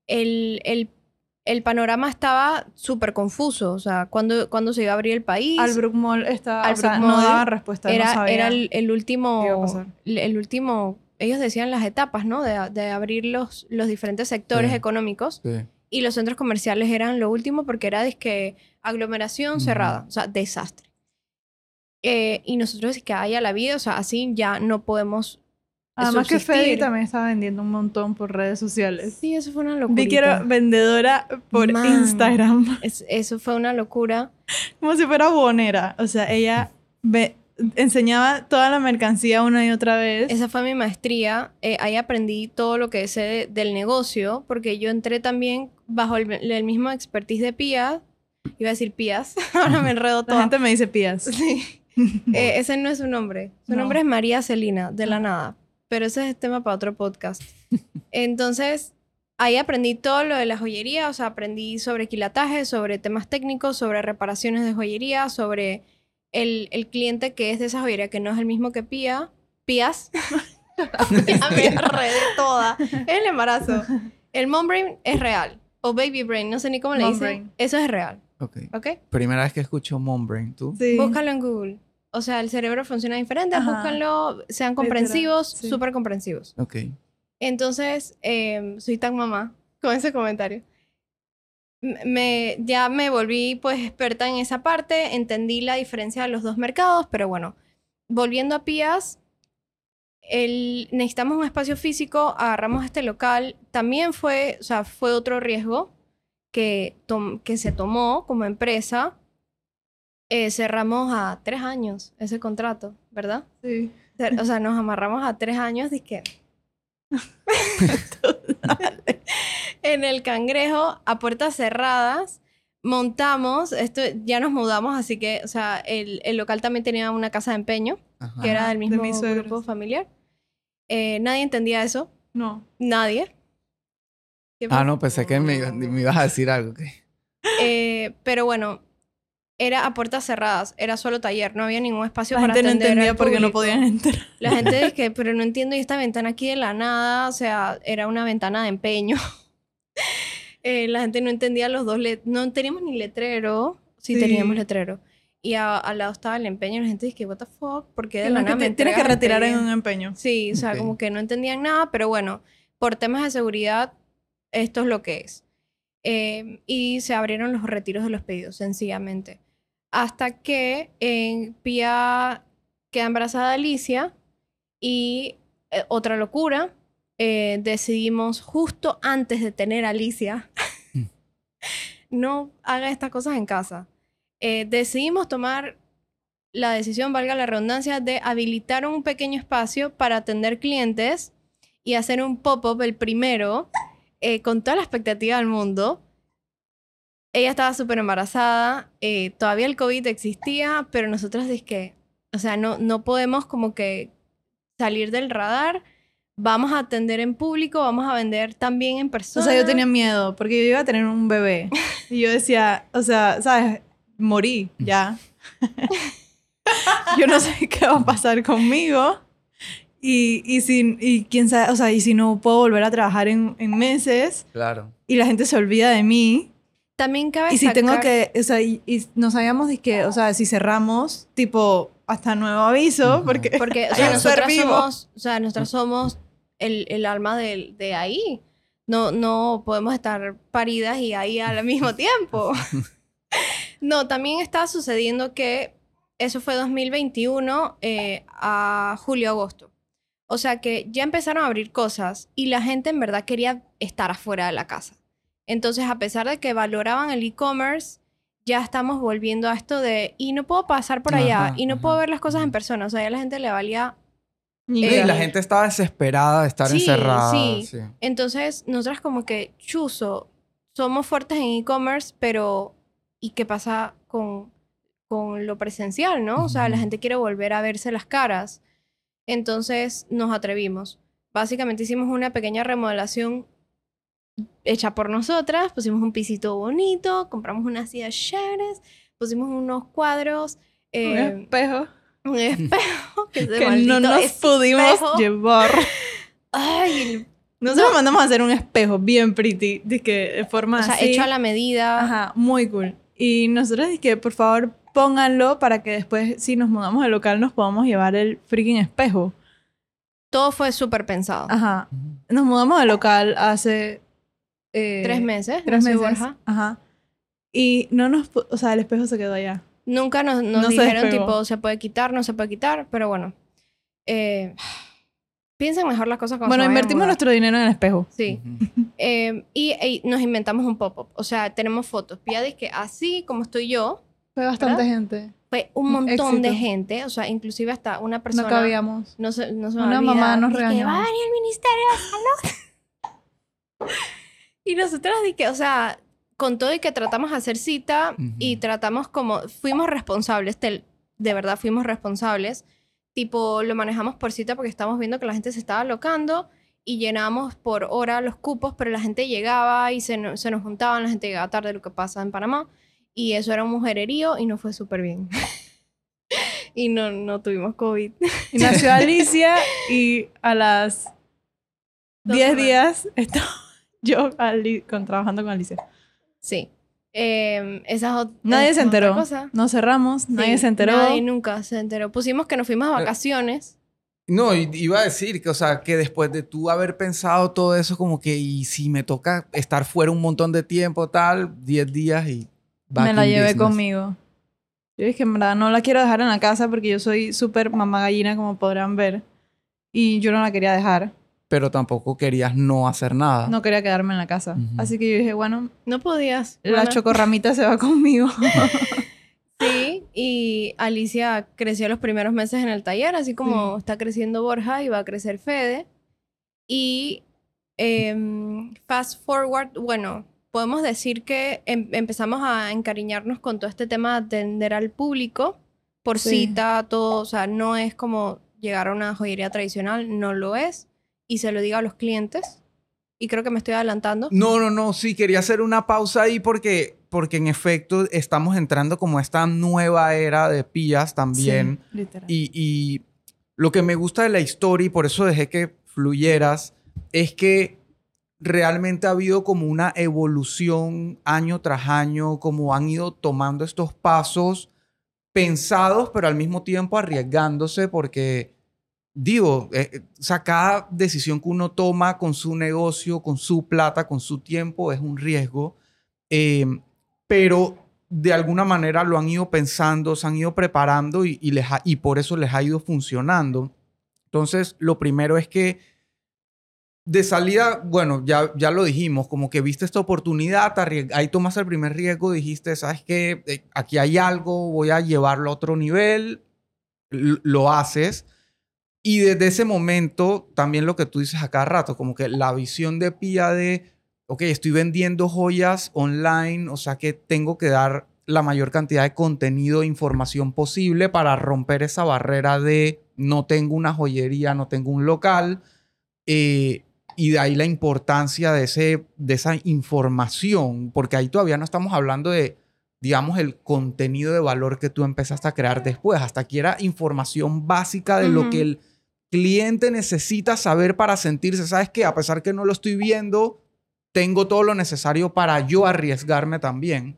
El panorama estaba súper confuso. O sea, cuando se iba a abrir el país. Albrook Mall estaba... Albrook o sea, Mall no daban respuesta. No Era sabía el qué iba a último... pasar. El último... Ellos decían las etapas, ¿no? De abrir los diferentes sectores Sí. económicos. Sí. Y los centros comerciales eran lo último porque era dizque aglomeración cerrada. O sea, desastre. Y nosotros que haya la vida, o sea, así ya no podemos Además que subsistir. Fedi también estaba vendiendo un montón por redes sociales. Sí, eso fue una locura. Vi que era vendedora por Man. Instagram. Eso fue una locura. Como si fuera bonera. O sea, ella enseñaba toda la mercancía una y otra vez. Esa fue mi maestría. Ahí aprendí todo lo que sé del negocio, porque yo entré también bajo el mismo expertise de Pía. Iba a decir Pías. Ahora me enredo La toda. gente me dice pías. Sí. Ese no es su nombre. Su nombre es María Celina, de la nada. Pero ese es tema para otro podcast. Entonces, ahí aprendí todo lo de la joyería. O sea, aprendí sobre quilataje, sobre temas técnicos, sobre reparaciones de joyería, sobre el cliente que es de esa joyería, que no es el mismo que Pía. Pías. Ya me enredé toda. Es el embarazo. El mom brain es real. O baby brain, no sé ni cómo le Mom dicen. brain. Eso es real. Ok. ¿Ok? Primera vez que escucho Mom Brain, ¿tú? Sí. Búscalo en Google. O sea, el cerebro funciona diferente. Ajá. Búscanlo. Sean comprensivos. Literal, sí. Súper comprensivos. Ok. Entonces, soy tan mamá con ese comentario. Ya me volví pues experta en esa parte. Entendí la diferencia de los dos mercados. Pero bueno, volviendo a Pías, necesitamos un espacio físico. Agarramos este local. También fue otro riesgo que se tomó como empresa. Cerramos a 3 años ese contrato, ¿verdad? Sí. O sea, nos amarramos a 3 años de que... En el Cangrejo, a puertas cerradas, montamos, ya nos mudamos, así que, o sea, el local también tenía una casa de empeño, Ajá. que era del de mismo mis suegros. grupo familiar. Nadie entendía eso, No. nadie. ¿Qué Ah, pasa? no, pensé que me ibas a decir algo. Pero bueno, era a puertas cerradas, era solo taller, no había ningún espacio La para gente no atender entendía al por qué no público. podían entrar. La gente dice que, pero no entiendo, y esta ventana aquí de la nada, o sea, era una ventana de empeño. La gente no entendía los dos, no teníamos ni letrero, sí, Sí. teníamos letrero. Y al lado estaba el empeño y la gente dice que, what the fuck, ¿por qué de la nada me Tienes que entregas retirar en empeño? un empeño. Sí, o sea, Ok. como que no entendían nada, pero bueno, por temas de seguridad, esto es lo que es. Y se abrieron los retiros de los pedidos, sencillamente. Hasta que Pía queda embarazada de Alicia y otra locura, decidimos justo antes de tener a Alicia, no haga estas cosas en casa. Decidimos tomar la decisión, valga la redundancia, de habilitar un pequeño espacio para atender clientes y hacer un pop-up, el primero, con toda la expectativa del mundo. Ella estaba súper embarazada, todavía el COVID existía, pero nosotros que, o sea, no podemos como que salir del radar. Vamos a atender en público, vamos a vender también en O persona. sea, yo tenía miedo porque yo iba a tener un bebé. Y yo decía, o sea, ¿sabes? Morí ya. Yo no sé qué va a pasar conmigo. Y quién sabe, o sea, y si no puedo volver a trabajar en meses Claro. y la gente se olvida de mí. También cabe Y si tengo sacar- que, o sea, y no sabíamos de que, o sea, si cerramos, tipo, hasta nuevo aviso, Ujú. porque Porque, o hay sea, un ser nosotras vivo. somos, o sea, nosotras somos el alma de ahí. No podemos estar paridas y ahí al mismo tiempo. No, también está sucediendo que eso fue 2021 a julio-agosto. O sea que ya empezaron a abrir cosas y la gente en verdad quería estar afuera de la casa. Entonces, a pesar de que valoraban el e-commerce, ya estamos volviendo a esto de, y no puedo pasar por allá, Ajá, y no ajá. puedo ver las cosas en persona. O sea, ya a la gente le valía... Ni Sí, idea. la gente estaba desesperada de estar Sí, encerrada. sí. Sí. Entonces, nosotras como que, chuzo, somos fuertes en e-commerce, pero ¿y qué pasa con lo presencial, no? O sea, la Ujú. gente quiere volver a verse las caras. Entonces, nos atrevimos. Básicamente hicimos una pequeña remodelación hecha por nosotras. Pusimos un pisito bonito, compramos unas sillas chéveres, pusimos unos cuadros, Un espejo. un espejo que, Que no nos pudimos llevar. Ay, Nosotros mandamos a hacer un espejo bien pretty, de forma o sea, así. hecho a la medida. Ajá, muy cool. Y nosotros dije, por favor, pónganlo para que después, si nos mudamos al local, nos podamos llevar el freaking espejo. Todo fue súper pensado. Ajá. Nos mudamos al local hace... 3 meses. 3 no sé, meses. Borja. Ajá. Y no nos... O sea, el espejo se quedó allá. Nunca nos No se dijeron despegó. tipo, se puede quitar, no se puede quitar, pero bueno. Piensen mejor las cosas cuando Bueno, se vayan a invertimos mudar. nuestro dinero en el espejo. Sí. Y nos inventamos un pop-up. O sea, tenemos fotos. Pia dice que así como estoy yo, Fue bastante ¿verdad? gente. fue un montón de Éxito. gente. O sea, inclusive hasta una persona... No cabíamos. No se me Una olvida, mamá nos dice que regañó. va a venir el Ministerio de Salud. Y nosotros dije, o sea, con todo y que tratamos de hacer cita y tratamos como... Fuimos responsables, de verdad fuimos responsables. Tipo, lo manejamos por cita porque estábamos viendo que la gente se estaba alocando y llenábamos por hora los cupos, pero la gente llegaba y se nos juntaban, la gente llegaba tarde, lo que pasa en Panamá. Y eso era un mujererío y nos fue súper bien. Y no tuvimos COVID. Y nació Alicia y a las 10 días estaba yo trabajando con Alicia. Sí. Esa Nadie es se enteró. otra cosa. Nos cerramos, Sí, nadie se enteró. Nadie nunca se enteró. Pusimos que nos fuimos a vacaciones. No, iba a decir que, o sea, que después de tú haber pensado todo eso, como que, y si me toca estar fuera un montón de tiempo, tal, 10 días y... back Me la in llevé business. conmigo. Yo dije, en verdad, no la quiero dejar en la casa porque yo soy súper mamá gallina, como podrán ver. Y yo no la quería dejar. Pero tampoco querías no hacer nada. No quería quedarme en la casa. Ujú. Así que yo dije, bueno, No podías. la mana. chocorramita se va conmigo. Sí, y Alicia creció los primeros meses en el taller, así como está creciendo Borja y va a crecer Fede. Y fast forward, bueno, podemos decir que empezamos a encariñarnos con todo este tema de atender al público por Sí. cita, todo, o sea, no es como llegar a una joyería tradicional, no lo es. Y se lo digo a los clientes. Y creo que me estoy adelantando. No, sí, quería hacer una pausa ahí porque en efecto estamos entrando como esta nueva era de pías también. Sí, literal. Y lo que me gusta de la historia, y por eso dejé que fluyeras, es que realmente ha habido como una evolución año tras año, como han ido tomando estos pasos pensados, pero al mismo tiempo arriesgándose porque... Digo, o sea, cada decisión que uno toma con su negocio, con su plata, con su tiempo, es un riesgo. Pero de alguna manera lo han ido pensando, se han ido preparando y por eso les ha ido funcionando. Entonces, lo primero es que de salida, bueno, ya lo dijimos, como que viste esta oportunidad, ahí tomas el primer riesgo, dijiste, ¿sabes qué? Aquí hay algo, voy a llevarlo a otro nivel, lo haces. Y desde ese momento, también lo que tú dices a cada rato, como que la visión de Pia de, ok, estoy vendiendo joyas online, o sea que tengo que dar la mayor cantidad de contenido e información posible para romper esa barrera de no tengo una joyería, no tengo un local. Y de ahí la importancia de esa información, porque ahí todavía no estamos hablando de, digamos, el contenido de valor que tú empezaste a crear después. Hasta aquí era información básica de lo que el cliente necesita saber para sentirse, ¿sabes qué? A pesar que no lo estoy viendo, tengo todo lo necesario para yo arriesgarme también.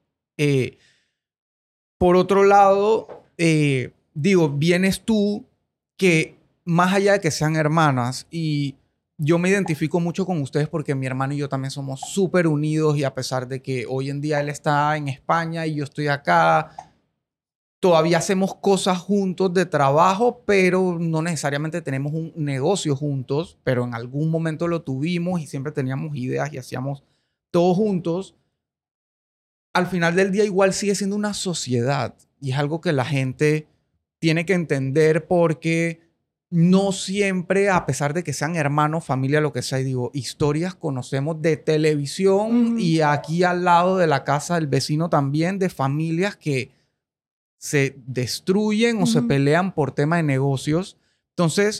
Por otro lado, digo, vienes tú que más allá de que sean hermanas, y yo me identifico mucho con ustedes porque mi hermano y yo también somos súper unidos y a pesar de que hoy en día él está en España y yo estoy acá, todavía hacemos cosas juntos de trabajo, pero no necesariamente tenemos un negocio juntos, pero en algún momento lo tuvimos y siempre teníamos ideas y hacíamos todo juntos. Al final del día igual sigue siendo una sociedad y es algo que la gente tiene que entender porque no siempre, a pesar de que sean hermanos, familia, lo que sea, y digo, historias conocemos de televisión y aquí al lado de la casa del vecino también de familias que se destruyen o se pelean por tema de negocios. Entonces,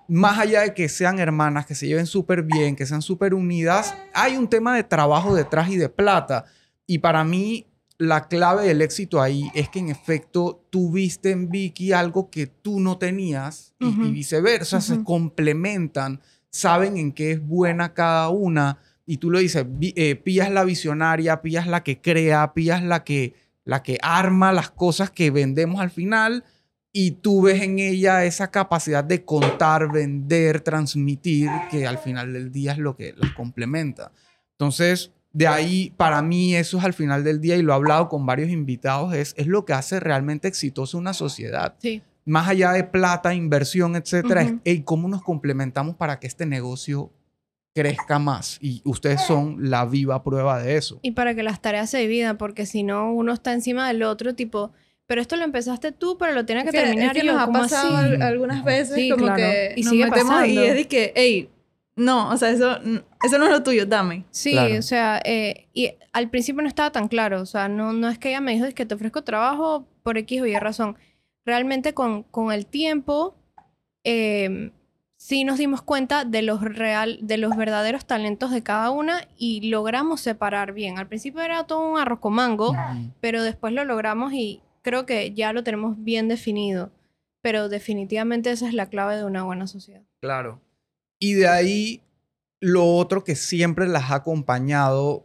más allá de que sean hermanas, que se lleven súper bien, que sean súper unidas, hay un tema de trabajo detrás y de plata. Y para mí, la clave del éxito ahí es que en efecto tú viste en Vicky algo que tú no tenías y viceversa, se complementan, saben en qué es buena cada una y tú lo dices, Pía es la visionaria, Pía es la que crea, Pía es la que arma las cosas que vendemos al final y tú ves en ella esa capacidad de contar, vender, transmitir, que al final del día es lo que las complementa. Entonces, de ahí, para mí, eso es al final del día, y lo he hablado con varios invitados, es lo que hace realmente exitosa una sociedad. Sí. Más allá de plata, inversión, etcétera, es cómo nos complementamos para que este negocio crezca más. Y ustedes son la viva prueba de eso. Y para que las tareas se dividan, porque si no, uno está encima del otro, tipo, pero esto lo empezaste tú, pero lo tienes que terminar. Es que y yo, nos ha ¿cómo pasado así? algunas veces Sí, como claro. que Y nos sigue metemos pasando. y es de que, hey, no, o sea, eso no es lo tuyo, dame. Sí, Claro. o sea, y al principio no estaba tan claro, o sea, no es que ella me dijo, es que te ofrezco trabajo por X o Y razón. Realmente con el tiempo, sí nos dimos cuenta de los verdaderos talentos de cada una y logramos separar bien. Al principio era todo un arroz con mango, pero después lo logramos y creo que ya lo tenemos bien definido. Pero definitivamente esa es la clave de una buena sociedad. Claro. Y de ahí, lo otro que siempre las ha acompañado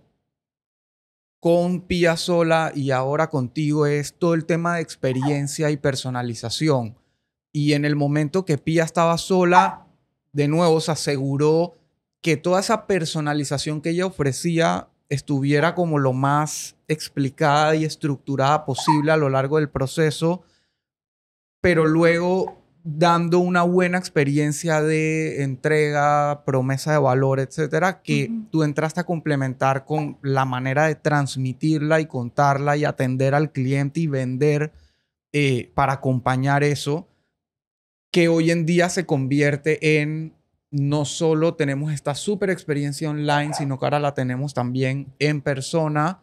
con Pía sola y ahora contigo es todo el tema de experiencia y personalización. Y en el momento que Pía estaba sola, de nuevo se aseguró que toda esa personalización que ella ofrecía estuviera como lo más explicada y estructurada posible a lo largo del proceso, pero luego dando una buena experiencia de entrega, promesa de valor, etcétera, que tú entraste a complementar con la manera de transmitirla y contarla y atender al cliente y vender para acompañar eso, que hoy en día se convierte en no solo tenemos esta súper experiencia online, sino que ahora la tenemos también en persona.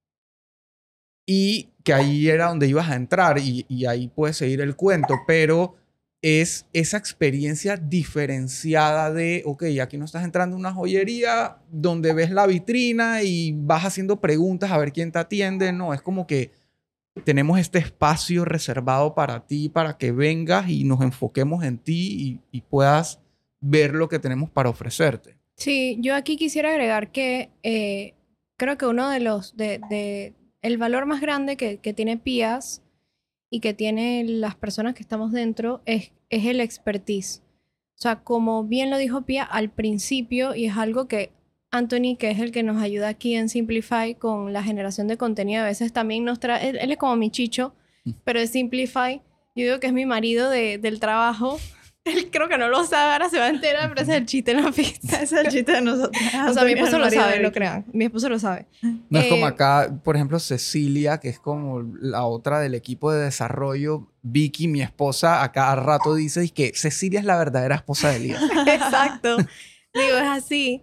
Y que ahí era donde ibas a entrar y ahí puedes seguir el cuento, pero es esa experiencia diferenciada de, ok, aquí no estás entrando a una joyería donde ves la vitrina y vas haciendo preguntas a ver quién te atiende. No, es como que tenemos este espacio reservado para ti, para que vengas y nos enfoquemos en ti y puedas ver lo que tenemos para ofrecerte. Sí, yo aquí quisiera agregar que creo que uno de los... el valor más grande que tiene Pías y que tienen las personas que estamos dentro es el expertise. O sea, como bien lo dijo Pía al principio, y es algo que Anthony, que es el que nos ayuda aquí en Simplify con la generación de contenido, a veces también nos trae, él es como mi chicho, pero es Simplify, yo digo que es mi marido del trabajo. Él creo que no lo sabe, ahora se va a enterar, pero ese es el chiste en la fiesta. Ese es el chiste de nosotros. O sea, mi esposo lo sabe, no crean. Mi esposo lo sabe. No es como acá, por ejemplo, Cecilia, que es como la otra del equipo de desarrollo. Vicky, mi esposa, a cada rato dice que Cecilia es la verdadera esposa de Elías. Exacto. Digo, es así.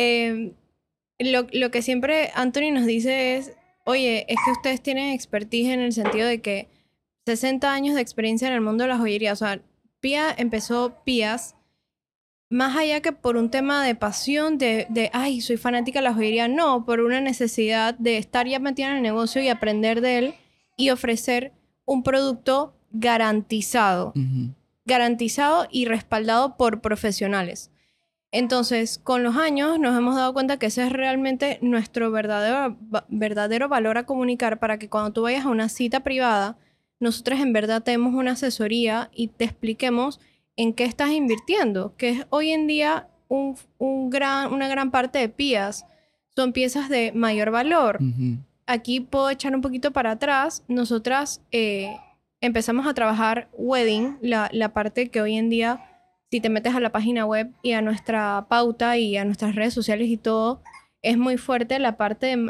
Lo que siempre Anthony nos dice es, oye, es que ustedes tienen expertise en el sentido de que 60 años de experiencia en el mundo de la joyería. O sea, Pía empezó Pías más allá que por un tema de pasión, ay, soy fanática de la joyería. No, por una necesidad de estar ya metida en el negocio y aprender de él y ofrecer un producto garantizado. Garantizado y respaldado por profesionales. Entonces, con los años nos hemos dado cuenta que ese es realmente nuestro verdadero valor a comunicar para que cuando tú vayas a una cita privada, nosotros en verdad tenemos una asesoría y te expliquemos en qué estás invirtiendo, que es hoy en día una gran parte de Pías. Son piezas de mayor valor. Aquí puedo echar un poquito para atrás. Nosotras empezamos a trabajar wedding, la parte que hoy en día, si te metes a la página web y a nuestra pauta y a nuestras redes sociales y todo, es muy fuerte la parte de...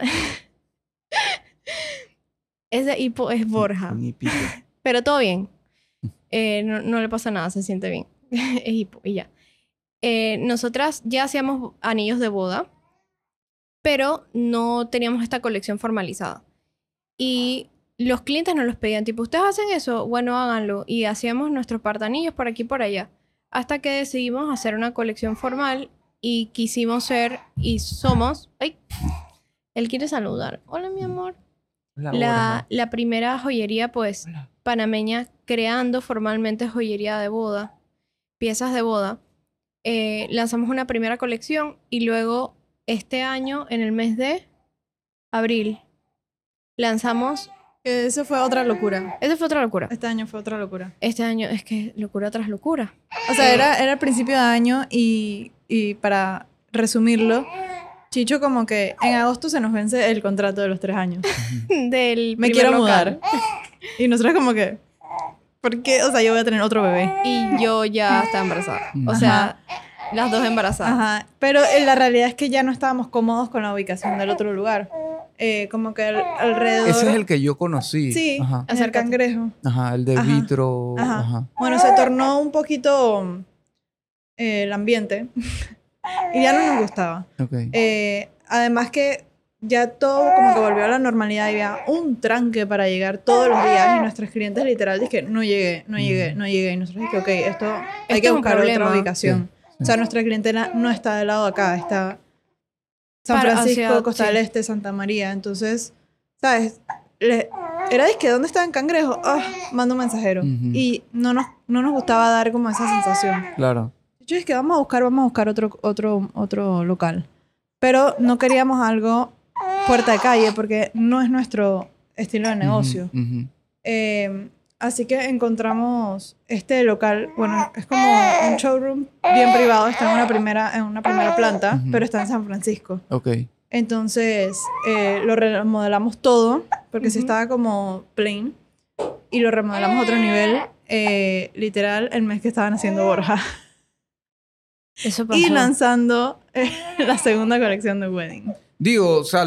Ese hipo es Borja. Pero todo bien. No le pasa nada, se siente bien. Es hipo y ya. Nosotras ya hacíamos anillos de boda, pero no teníamos esta colección formalizada. Y los clientes nos los pedían, tipo, ¿ustedes hacen eso? Bueno, háganlo. Y hacíamos nuestros par de anillos por aquí y por allá. hasta que decidimos hacer una colección formal y quisimos ser y somos... ¡Ay! Él quiere saludar. Hola, mi amor. La primera joyería, pues, Hola. panameña creando formalmente joyería de boda, piezas de boda. Lanzamos una primera colección y luego este año, en el mes de abril, lanzamos... Eso fue otra locura. Esa fue otra locura. Este año fue otra locura. Este año es que locura tras locura. O sea, era el principio de año y para resumirlo, Chicho como que en agosto se nos vence el contrato de los 3 años. Del Me primer quiero local. mudar. Y nosotros como que, ¿por qué? O sea, yo voy a tener otro bebé. Y yo ya estaba embarazada. O sea, las dos embarazadas. Ajá. Pero la realidad es que ya no estábamos cómodos con la ubicación del otro lugar. Como que alrededor... Ese es el que yo conocí. Sí, Ajá. en el Cangrejo. Ajá, el de Ajá. vitro. Ajá. Ajá. Bueno, se tornó un poquito el ambiente y ya no nos gustaba. Ok. Además que ya todo como que volvió a la normalidad y había un tranque para llegar todos los días y nuestros clientes literal dicen que no llegué. Y nosotros dijimos que ok, esto hay Esto que es un buscar problema. otra ubicación. Sí. O sea, nuestra clientela no está del lado de acá, está San Para- Francisco, hacia- Costa sí. del Este, Santa María. Entonces, ¿sabes? Era que ¿dónde está en Cangrejo? Ah, mando un mensajero. Ujú. Y no nos gustaba dar como esa sensación. Claro. Yo es que vamos a buscar otro local. Pero no queríamos algo puerta de calle porque no es nuestro estilo de negocio. Ujú, ujú. Así que encontramos este local. Bueno, es como un showroom bien privado. Está en una primera planta, Ujú. pero está en San Francisco. Ok. Entonces lo remodelamos todo porque sí Ujú. estaba como plain. Y lo remodelamos a otro nivel. Literal, el mes que estaban haciendo Borja. Eso pasó. Y lanzando la segunda colección de Wedding. Digo, o sea,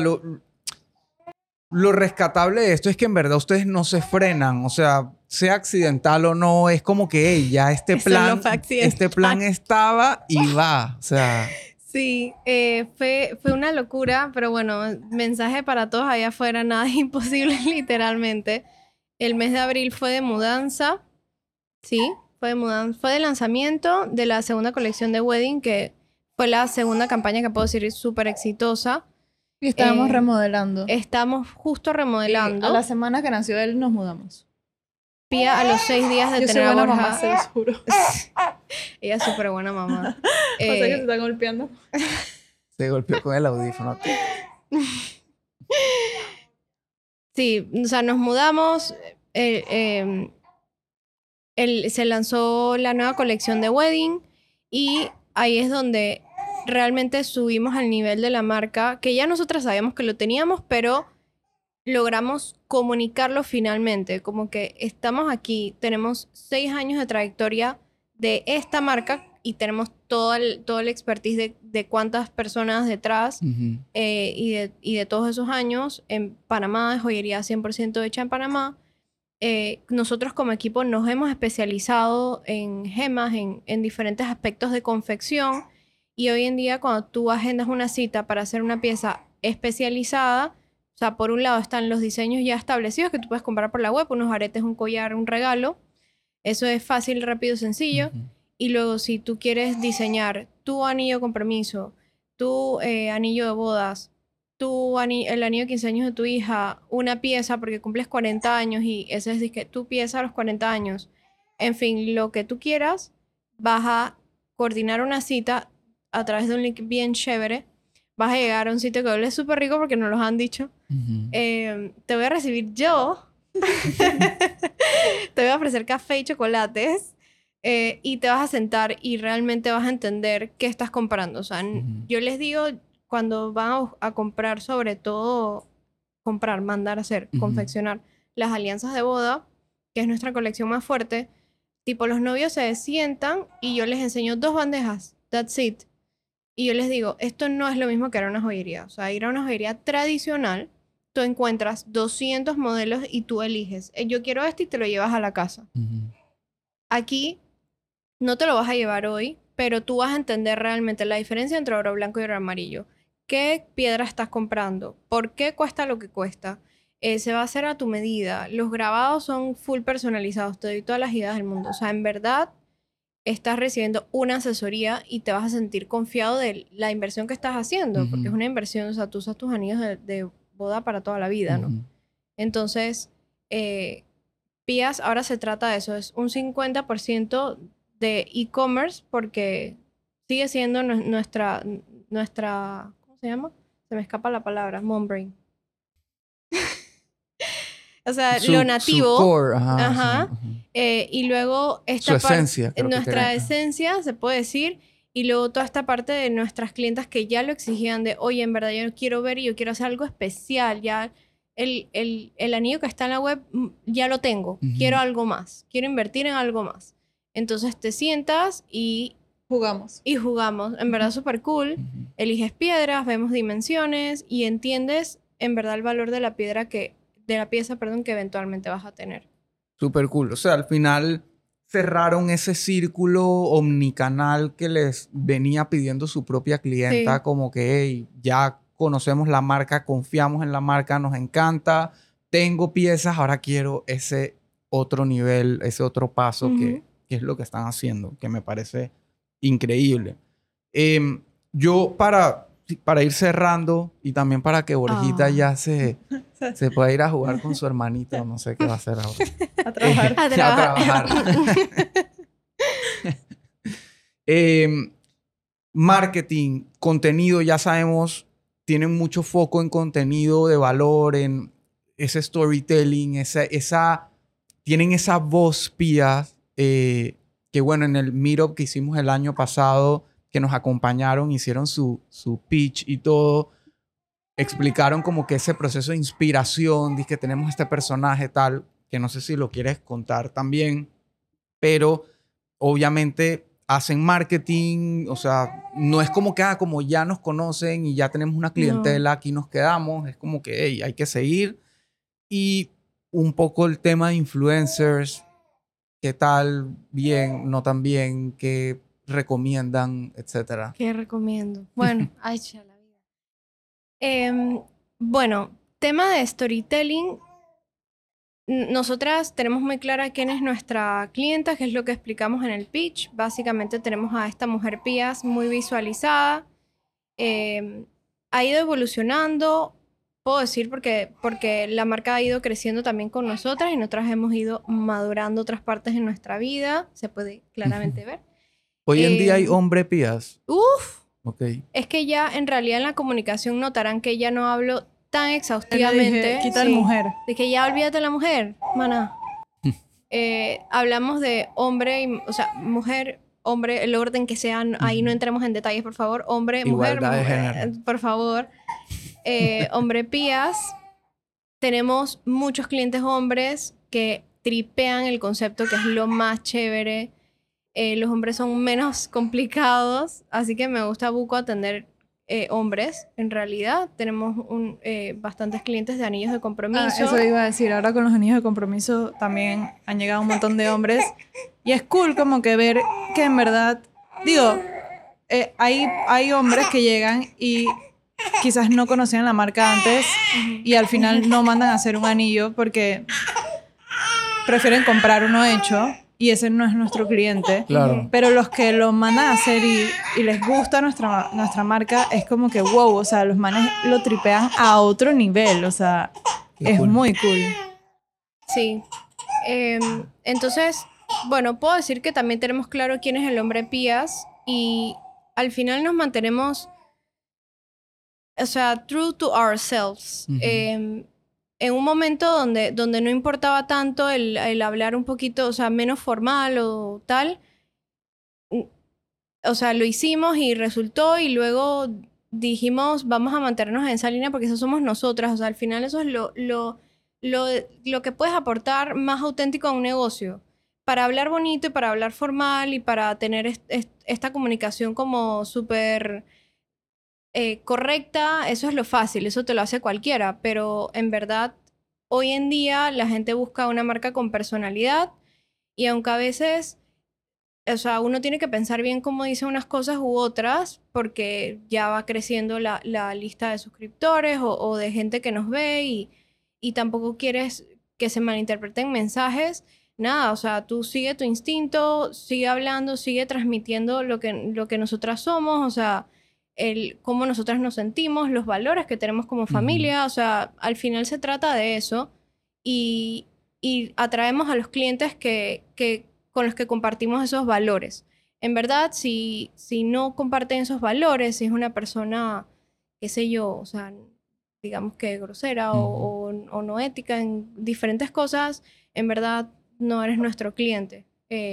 lo rescatable de esto es que en verdad ustedes no se frenan. O sea accidental o no, es como que "Ey, ya Eso no fue accidental". este plan estaba y va. O sea, Sí, fue una locura, pero bueno, mensaje para todos allá afuera, nada es imposible literalmente. El mes de abril fue de mudanza, sí, fue de mudanza, fue de lanzamiento de la segunda colección de Wedding, que fue la segunda campaña que puedo decir súper exitosa. Y estábamos Eh, remodelando. Estamos justo remodelando. A la semana que nació él nos mudamos. Pía a los 6 días de Yo soy tener a buena Borja. mamá, se los juro. Ella es súper buena mamá. O sea que se está golpeando. se golpeó con el audífono. Sí, o sea, nos mudamos. Se lanzó la nueva colección de Wedding y ahí es donde realmente subimos al nivel de la marca, que ya nosotras sabíamos que lo teníamos, pero logramos comunicarlo finalmente. Como que estamos aquí, tenemos 6 años de trayectoria de esta marca y tenemos todo el expertise de cuántas personas detrás Ujú. y de todos esos años en Panamá, de joyería 100% hecha en Panamá. Nosotros como equipo nos hemos especializado en gemas, en diferentes aspectos de confección y hoy en día cuando tú agendas una cita para hacer una pieza especializada, o sea, por un lado están los diseños ya establecidos que tú puedes comprar por la web, unos aretes, un collar, un regalo. Eso es fácil, rápido, sencillo. Ujú. Y luego si tú quieres diseñar tu anillo de compromiso, tu anillo de bodas, el anillo de 15 años de tu hija, una pieza porque cumples 40 años y ese es disque, tu pieza a los 40 años. En fin, lo que tú quieras, vas a coordinar una cita a través de un link bien chévere. Vas a llegar a un sitio que huele súper rico porque nos los han dicho. Ujú. Te voy a recibir yo. Te voy a ofrecer café y chocolates. Y te vas a sentar y realmente vas a entender qué estás comprando. O sea, Ujú. yo les digo, cuando van a comprar, sobre todo, comprar, mandar a hacer, Ujú. confeccionar las alianzas de boda, que es nuestra colección más fuerte, tipo los novios se sientan y yo les enseño 2 bandejas, that's it. Y yo les digo, esto no es lo mismo que ir a una joyería. O sea, ir a una joyería tradicional, tú encuentras 200 modelos y tú eliges. Yo quiero este y te lo llevas a la casa. Ujú. Aquí no te lo vas a llevar hoy, pero tú vas a entender realmente la diferencia entre oro blanco y oro amarillo. ¿Qué piedra estás comprando? ¿Por qué cuesta lo que cuesta? Se va a hacer a tu medida. Los grabados son full personalizados. Te doy todas las ideas del mundo. O sea, en verdad, estás recibiendo una asesoría y te vas a sentir confiado de la inversión que estás haciendo, porque es una inversión, o sea, tú usas tus anillos de boda para toda la vida, ¿no? Entonces, Pías ahora se trata de eso, es un 50% de e-commerce porque sigue siendo nuestra, ¿cómo se llama? Se me escapa la palabra, mom brain. O sea, lo nativo. Su core, ajá. Y luego esta su esencia, creo nuestra esencia, se puede decir. Y luego toda esta parte de nuestras clientas que ya lo exigían de, oye, en verdad yo quiero ver y yo quiero hacer algo especial. Ya el anillo que está en la web ya lo tengo. Quiero algo más. Quiero invertir en algo más. Entonces te sientas y jugamos. Y jugamos. En verdad súper cool. Eliges piedras, vemos dimensiones y entiendes en verdad el valor de la piedra de la pieza, perdón, que eventualmente vas a tener. Súper cool. O sea, al final cerraron ese círculo omnicanal que les venía pidiendo su propia clienta, sí. Como que, hey, ya conocemos la marca, confiamos en la marca, nos encanta, tengo piezas, ahora quiero ese otro nivel, ese otro paso que es lo que están haciendo, que me parece increíble. Yo para ir cerrando y también para que Borjita ya se pueda ir a jugar con su hermanito, no sé qué va a hacer ahora. A trabajar. A trabajar. Marketing, contenido, ya sabemos, tienen mucho foco en contenido de valor, en ese storytelling, tienen esa voz pía que bueno, en el meetup que hicimos el año pasado, que nos acompañaron, hicieron su pitch y todo, explicaron como que ese proceso de inspiración, de que tenemos este personaje tal, que no sé si lo quieres contar también, pero obviamente hacen marketing, o sea, no es como que como ya nos conocen y ya tenemos una clientela, aquí nos quedamos, es como que hey, hay que seguir. Y un poco el tema de influencers, qué tal, bien, no tan bien, qué recomiendan, etcétera. ¿Qué recomiendo? Bueno, ay, la vida. Bueno, tema de storytelling. Nosotras tenemos muy clara quién es nuestra clienta, que es lo que explicamos en el pitch. Básicamente tenemos a esta mujer pías muy visualizada. Ha ido evolucionando, puedo decir, porque la marca ha ido creciendo también con nosotras y nosotras hemos ido madurando otras partes de nuestra vida. Se puede claramente ver. Hoy en día hay hombre pías. Uf. Okay. Es que ya en realidad en la comunicación notarán que ya no hablo tan exhaustivamente. Quita el mujer. De que ya olvídate de la mujer, mana. Hablamos de hombre, o sea, mujer, hombre, el orden que sean, ahí no entremos en detalles, por favor. Hombre, igualdad mujer, de género. Por favor. Hombre pías. Tenemos muchos clientes hombres que tripean el concepto, que es lo más chévere. Los hombres son menos complicados, así que me gusta buco atender hombres. En realidad tenemos bastantes clientes de anillos de compromiso. Eso iba a decir, ahora con los anillos de compromiso también han llegado un montón de hombres y es cool como que ver que en verdad, digo, hay hombres que llegan y quizás no conocían la marca antes y al final no mandan a hacer un anillo porque prefieren comprar uno hecho. Y ese no es nuestro cliente. Claro. Pero los que lo mandan a hacer y les gusta nuestra marca, es como que wow, o sea, los manes lo tripean a otro nivel. O sea, es cool. Muy cool. Sí. Entonces, bueno, puedo decir que también tenemos claro quién es el hombre pías y al final nos mantenemos, o sea, true to ourselves. En un momento donde no importaba tanto el hablar un poquito, o sea, menos formal o tal, o sea, lo hicimos y resultó y luego dijimos, vamos a mantenernos en esa línea porque eso somos nosotras. O sea, al final eso es lo que puedes aportar más auténtico a un negocio. Para hablar bonito y para hablar formal y para tener esta comunicación como súper correcta, eso es lo fácil, eso te lo hace cualquiera, pero en verdad hoy en día la gente busca una marca con personalidad y aunque a veces, o sea, uno tiene que pensar bien cómo dice unas cosas u otras porque ya va creciendo la lista de suscriptores o de gente que nos ve y tampoco quieres que se malinterpreten mensajes. nada, o sea, tú sigue tu instinto, sigue hablando, sigue transmitiendo lo que nosotras somos, o sea, cómo nosotras nos sentimos, los valores que tenemos como familia, o sea, al final se trata de eso y atraemos a los clientes con los que compartimos esos valores. En verdad, si no comparten esos valores, si es una persona, qué sé yo, o sea, digamos que grosera o no ética en diferentes cosas, en verdad no eres nuestro cliente.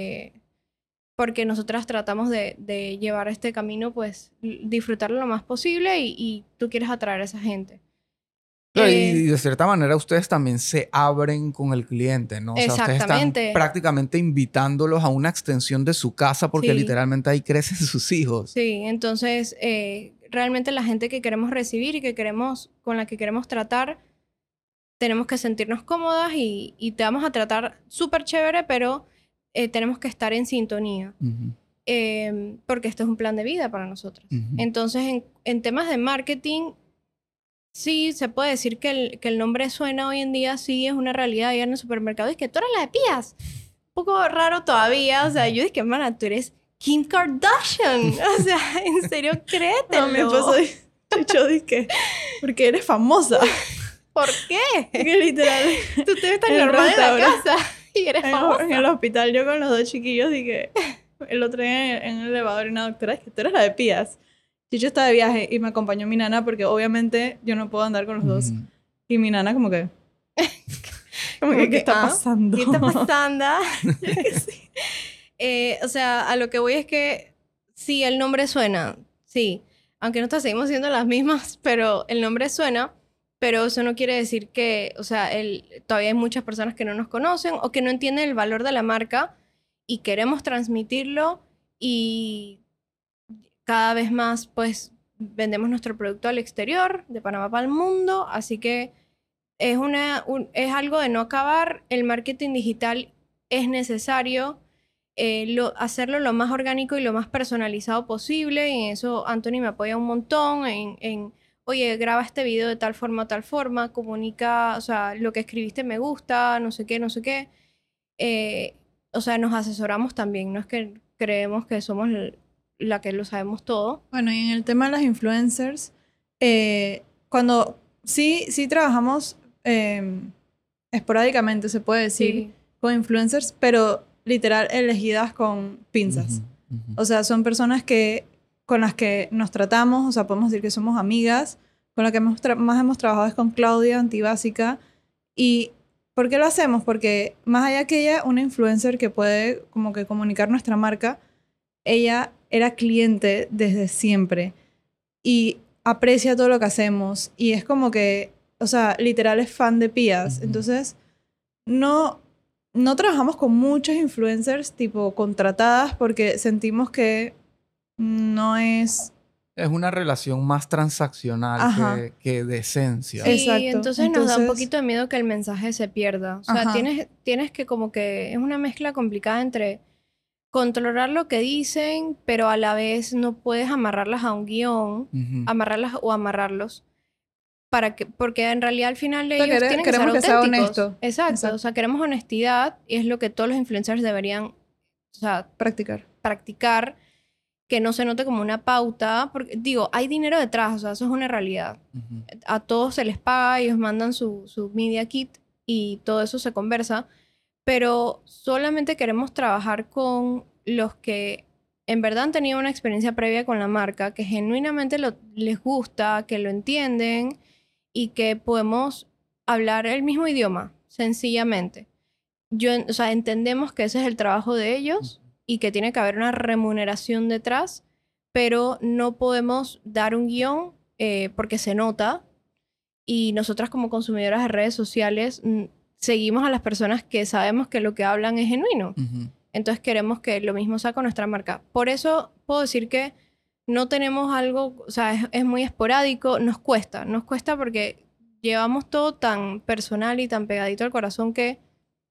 Porque nosotras tratamos de llevar este camino, pues, disfrutarlo lo más posible y tú quieres atraer a esa gente. Claro, y de cierta manera ustedes también se abren con el cliente, ¿no? O sea, ustedes están prácticamente invitándolos a una extensión de su casa porque literalmente ahí crecen sus hijos. Sí, entonces realmente la gente que queremos recibir y con la que queremos tratar, tenemos que sentirnos cómodas y te vamos a tratar súper chévere, pero tenemos que estar en sintonía. Porque esto es un plan de vida para nosotros. Entonces, en temas de marketing, sí, se puede decir que el nombre suena hoy en día, sí, es una realidad allá en el supermercado. Es que tú eres la de Pías. Un poco raro todavía. O sea, yo dije, mana, tú eres Kim Kardashian. O sea, en serio, créetelo. No, mi esposo yo dije, porque eres famosa. ¿Por qué? Que literal. Tú te ves tan normal en la casa y eres famosa. En el hospital, yo con los dos chiquillos dije, el otro día en el elevador, y una doctora, es que tú eres la de Pías. Yo estaba de viaje y me acompañó mi nana porque obviamente yo no puedo andar con los dos. Y mi nana como que... como que, ¿qué está pasando? ¿Qué está pasando? Sí. O sea, a lo que voy es que sí, el nombre suena, sí. Aunque nosotros seguimos siendo las mismas, pero el nombre suena. Pero eso no quiere decir que, o sea, todavía hay muchas personas que no nos conocen o que no entienden el valor de la marca y queremos transmitirlo y cada vez más, pues, vendemos nuestro producto al exterior, de Panamá para el mundo, así que es algo de no acabar. El marketing digital es necesario hacerlo lo más orgánico y lo más personalizado posible, y en eso Anthony me apoya un montón oye, graba este video de tal forma, comunica, o sea, lo que escribiste me gusta, no sé qué, no sé qué. O sea, nos asesoramos también, no es que creemos que somos la que lo sabemos todo. Bueno, y en el tema de las influencers, cuando sí trabajamos esporádicamente, se puede decir, con influencers, pero literal elegidas con pinzas. O sea, son personas con las que nos tratamos, o sea, podemos decir que somos amigas. Con la que más hemos trabajado es con Claudia, Antibásica. ¿Y por qué lo hacemos? Porque más allá que ella, una influencer que puede como que comunicar nuestra marca, ella era cliente desde siempre y aprecia todo lo que hacemos y es como que, o sea, literal es fan de Pías. Entonces, no trabajamos con muchos influencers tipo contratadas porque sentimos que no es... Es una relación más transaccional que de esencia. Sí, exacto. Entonces nos da un poquito de miedo que el mensaje se pierda. O sea, tienes que como que... Es una mezcla complicada entre controlar lo que dicen, pero a la vez no puedes amarrarlas a un guión, amarrarlos. Porque en realidad al final ellos tienen que ser auténticos. Sea honesto. Exacto. O sea, queremos honestidad y es lo que todos los influencers deberían, o sea, practicar, que no se note como una pauta, porque digo, hay dinero detrás, o sea, eso es una realidad. A todos se les paga, ellos mandan su media kit y todo eso se conversa, pero solamente queremos trabajar con los que en verdad han tenido una experiencia previa con la marca, que genuinamente les gusta, que lo entienden y que podemos hablar el mismo idioma, sencillamente. O sea, entendemos que ese es el trabajo de ellos y que tiene que haber una remuneración detrás, pero no podemos dar un guión porque se nota y nosotras como consumidoras de redes sociales seguimos a las personas que sabemos que lo que hablan es genuino. Entonces queremos que lo mismo sea con nuestra marca. Por eso puedo decir que no tenemos algo, o sea, es muy esporádico, nos cuesta porque llevamos todo tan personal y tan pegadito al corazón que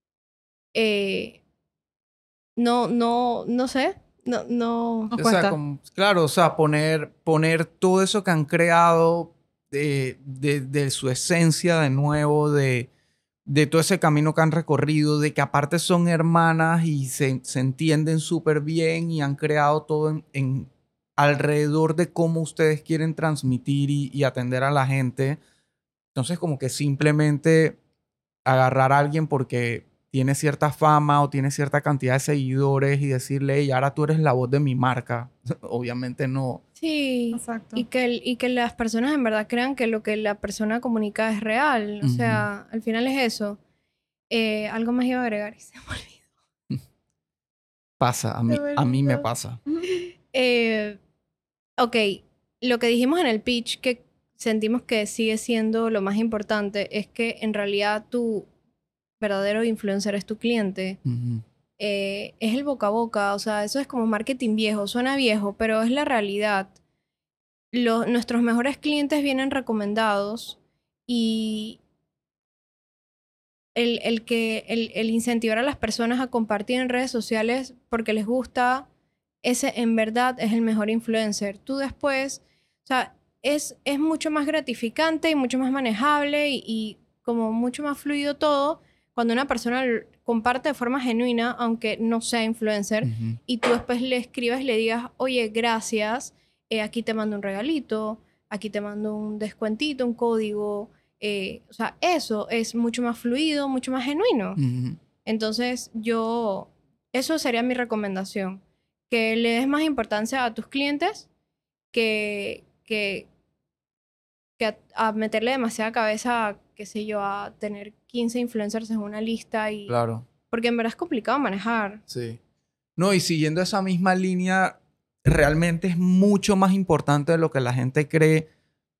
no sé, no nos o cuesta. sea, claro, o sea, poner todo eso que han creado de su esencia de nuevo, de de todo ese camino que han recorrido, de que aparte son hermanas y se entienden súper bien y han creado todo en alrededor de cómo ustedes quieren transmitir y atender a la gente. Entonces, como que simplemente agarrar a alguien porque tiene cierta fama o tiene cierta cantidad de seguidores y decirle, hey, ahora tú eres la voz de mi marca. Obviamente no. Sí, Exacto. y que las personas en verdad crean que lo que la persona comunica es real. O sea, al final es eso. Algo más iba a agregar y se me olvidó. Pasa, a mí me pasa. Ok, lo que dijimos en el pitch que sentimos que sigue siendo lo más importante es que en realidad tu verdadero influencer es tu cliente. Es el boca a boca, o sea, eso es como marketing viejo, suena viejo, pero es la realidad. Nuestros mejores clientes vienen recomendados y el incentivar a las personas a compartir en redes sociales porque les gusta, ese en verdad es el mejor influencer. Tú después, o sea, es mucho más gratificante y mucho más manejable y como mucho más fluido todo cuando una persona comparte de forma genuina, aunque no sea influencer, y tú después le escribas y le digas, oye, gracias, aquí te mando un regalito, aquí te mando un descuentito, un código. O sea, eso es mucho más fluido, mucho más genuino. Entonces, eso sería mi recomendación. Que le des más importancia a tus clientes que a meterle demasiada cabeza, qué sé yo, a tener 15 influencers en una lista y... Claro. Porque en verdad es complicado manejar. Sí. No, y siguiendo esa misma línea, realmente es mucho más importante de lo que la gente cree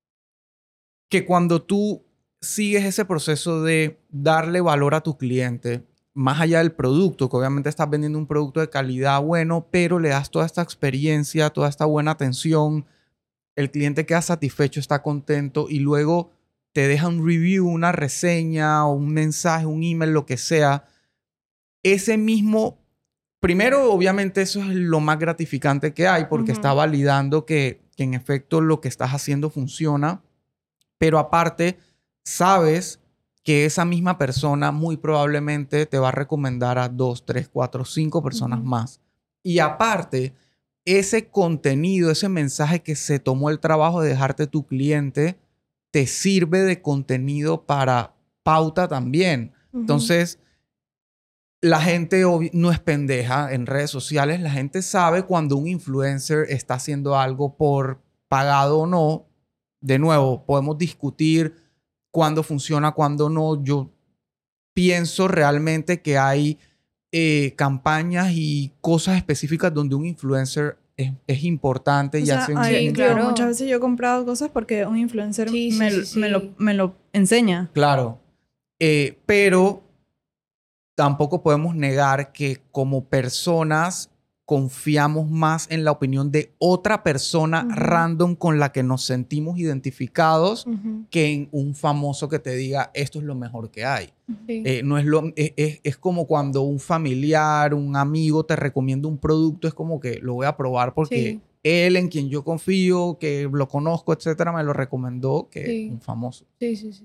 que cuando tú sigues ese proceso de darle valor a tu cliente, más allá del producto, que obviamente estás vendiendo un producto de calidad bueno, pero le das toda esta experiencia, toda esta buena atención, el cliente queda satisfecho, está contento y luego te deja un review, una reseña o un mensaje, un email, lo que sea. Ese mismo, primero, obviamente eso es lo más gratificante que hay porque está validando que en efecto lo que estás haciendo funciona. Pero aparte, sabes que esa misma persona muy probablemente te va a recomendar a 2, 3, 4, 5 personas más. Y aparte, ese contenido, ese mensaje que se tomó el trabajo de dejarte tu cliente, te sirve de contenido para pauta también. Entonces, la gente no es pendeja en redes sociales. La gente sabe cuando un influencer está haciendo algo por pagado o no. De nuevo, podemos discutir cuándo funciona, cuándo no. Yo pienso realmente que hay campañas y cosas específicas donde un influencer es importante. O y sea, hace Sí, claro. muchas veces yo he comprado cosas porque un influencer Sí, me lo enseña. Claro. Pero tampoco podemos negar que como personas confiamos más en la opinión de otra persona random con la que nos sentimos identificados que en un famoso que te diga esto es lo mejor que hay. Sí. No es como cuando un familiar, un amigo te recomienda un producto, es como que lo voy a probar porque él en quien yo confío, que lo conozco, etcétera, me lo recomendó que un famoso. Sí.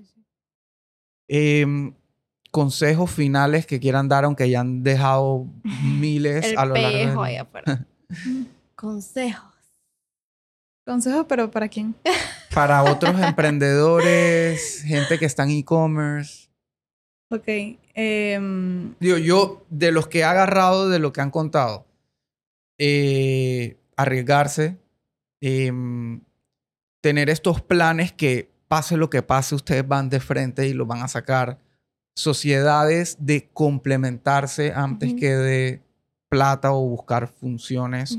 Consejos finales que quieran dar, aunque ya han dejado miles a lo largo pellejo de... ahí afuera. Consejos. Consejos, pero ¿para quién? Para otros emprendedores, gente que está en e-commerce. Ok. Digo, yo, de los que he agarrado, de lo que han contado, arriesgarse, tener estos planes que pase lo que pase, ustedes van de frente y los van a sacar. Sociedades de complementarse antes que de plata o buscar funciones.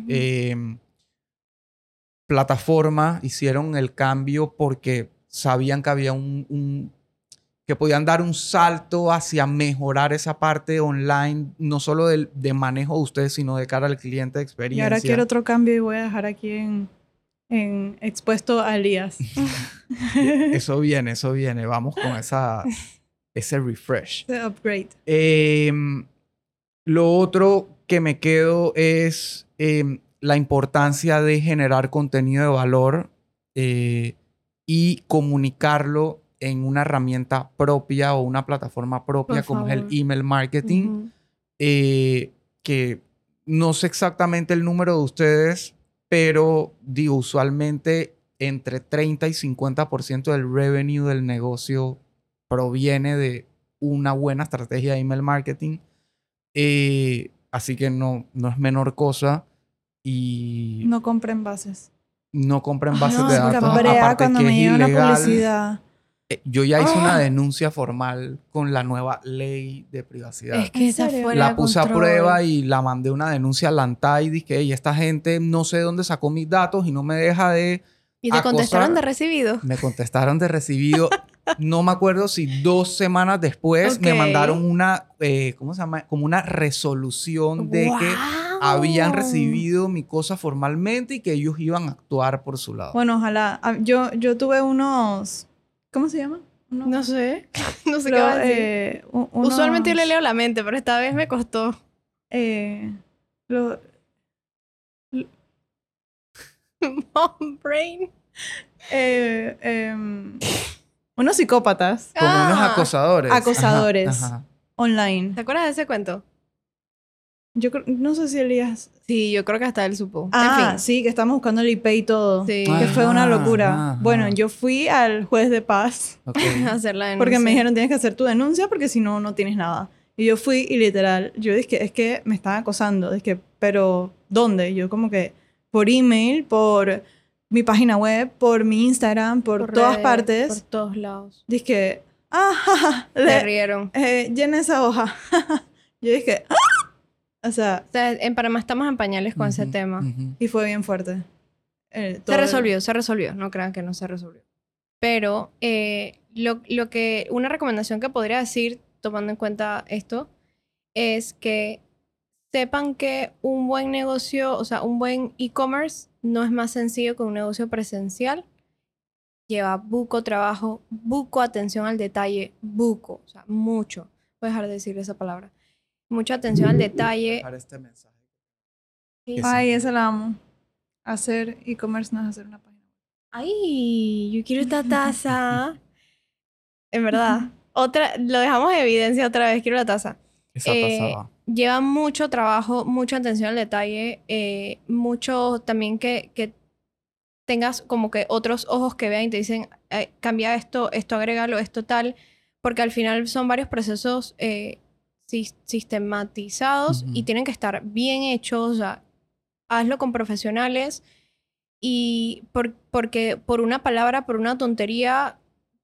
Plataforma hicieron el cambio porque sabían que había que podían dar un salto hacia mejorar esa parte online, no solo de manejo de ustedes, sino de cara al cliente de experiencia. Y ahora quiero otro cambio y voy a dejar aquí en expuesto a Elías. Eso viene. Vamos con ese refresh. The upgrade. Lo otro que me quedo es la importancia de generar contenido de valor y comunicarlo en una herramienta propia o una plataforma propia Por como es el favor. email marketing. Ujú. Que no sé exactamente el número de ustedes, pero digo, usualmente entre 30 y 50% del revenue del negocio proviene de una buena estrategia de email marketing. Así que no es menor cosa. Y No compren bases. no compren Ay, bases No, de sí, me datos, tampoco. cambrea aparte cuando que me es llega una ilegal. publicidad. Yo ya hice una ¡Ah! denuncia formal con la nueva ley de privacidad. Es que ¿En está serio? fuera de La puse a control. prueba y la mandé una denuncia a la ANTAI. Dije, "Ey, esta gente no sé dónde sacó mis datos y no me deja de ¿Y te contestaron de acosar". recibido? Me contestaron de recibido. No me acuerdo si 2 semanas después me Ok. mandaron una, ¿cómo se llama? Como una resolución de que ¡Guau! habían recibido mi cosa formalmente y que ellos iban a actuar por su lado. Bueno, ojalá. Yo tuve unos... ¿Cómo se llama? No sé. No sé qué Pero, va a decir. unos, Usualmente yo le leo la mente, pero esta vez me costó. lo- Mom brain. unos psicópatas Como unos Ah. acosadores. Acosadores. Ajá. online. ¿Te acuerdas de ese cuento? Yo no sé si Elías... Sí, yo creo que hasta él supo. Ah, En fin. sí, que estamos buscando el IP y todo. Sí. Que fue una Ajá, locura. ajá. Bueno, yo fui al juez de paz Ok. Hacer la denuncia. porque me dijeron tienes que hacer tu denuncia porque si no, no tienes nada. Y yo fui y literal, yo dije, es que me están acosando. Dije, pero ¿dónde? Yo como que por email, por mi página web, por mi Instagram, por todas redes, partes. Por todos lados. Dije, Se rieron. llena esa hoja. Yo dije, ¡ah! O sea, O sea, en Panamá estamos en pañales con ese Ujú, tema. ujú. y fue bien fuerte. Se Todo- resolvió. No crean que no se resolvió. Pero lo que... Una recomendación que podría decir, tomando en cuenta esto, es que sepan que un buen negocio, o sea, un buen e-commerce no es más sencillo que un negocio presencial. Lleva buco trabajo, buco atención al detalle, buco, o sea, mucho. Voy a dejar de decir esa palabra. Mucha atención al detalle. Dejar este mensaje. Sí. Que sí. Ay, esa la amo. Hacer e-commerce no es hacer una página. Ay, yo quiero esta taza. En verdad. Lo dejamos en evidencia otra vez, quiero la taza. Esa taza va. Lleva mucho trabajo, mucha atención al detalle, mucho también que tengas como que otros ojos que vean y te dicen, cambia esto, esto agrégalo, esto tal, porque al final son varios procesos sistematizados y Ujú. tienen que estar bien hechos, o sea, hazlo con profesionales y porque por una palabra, por una tontería,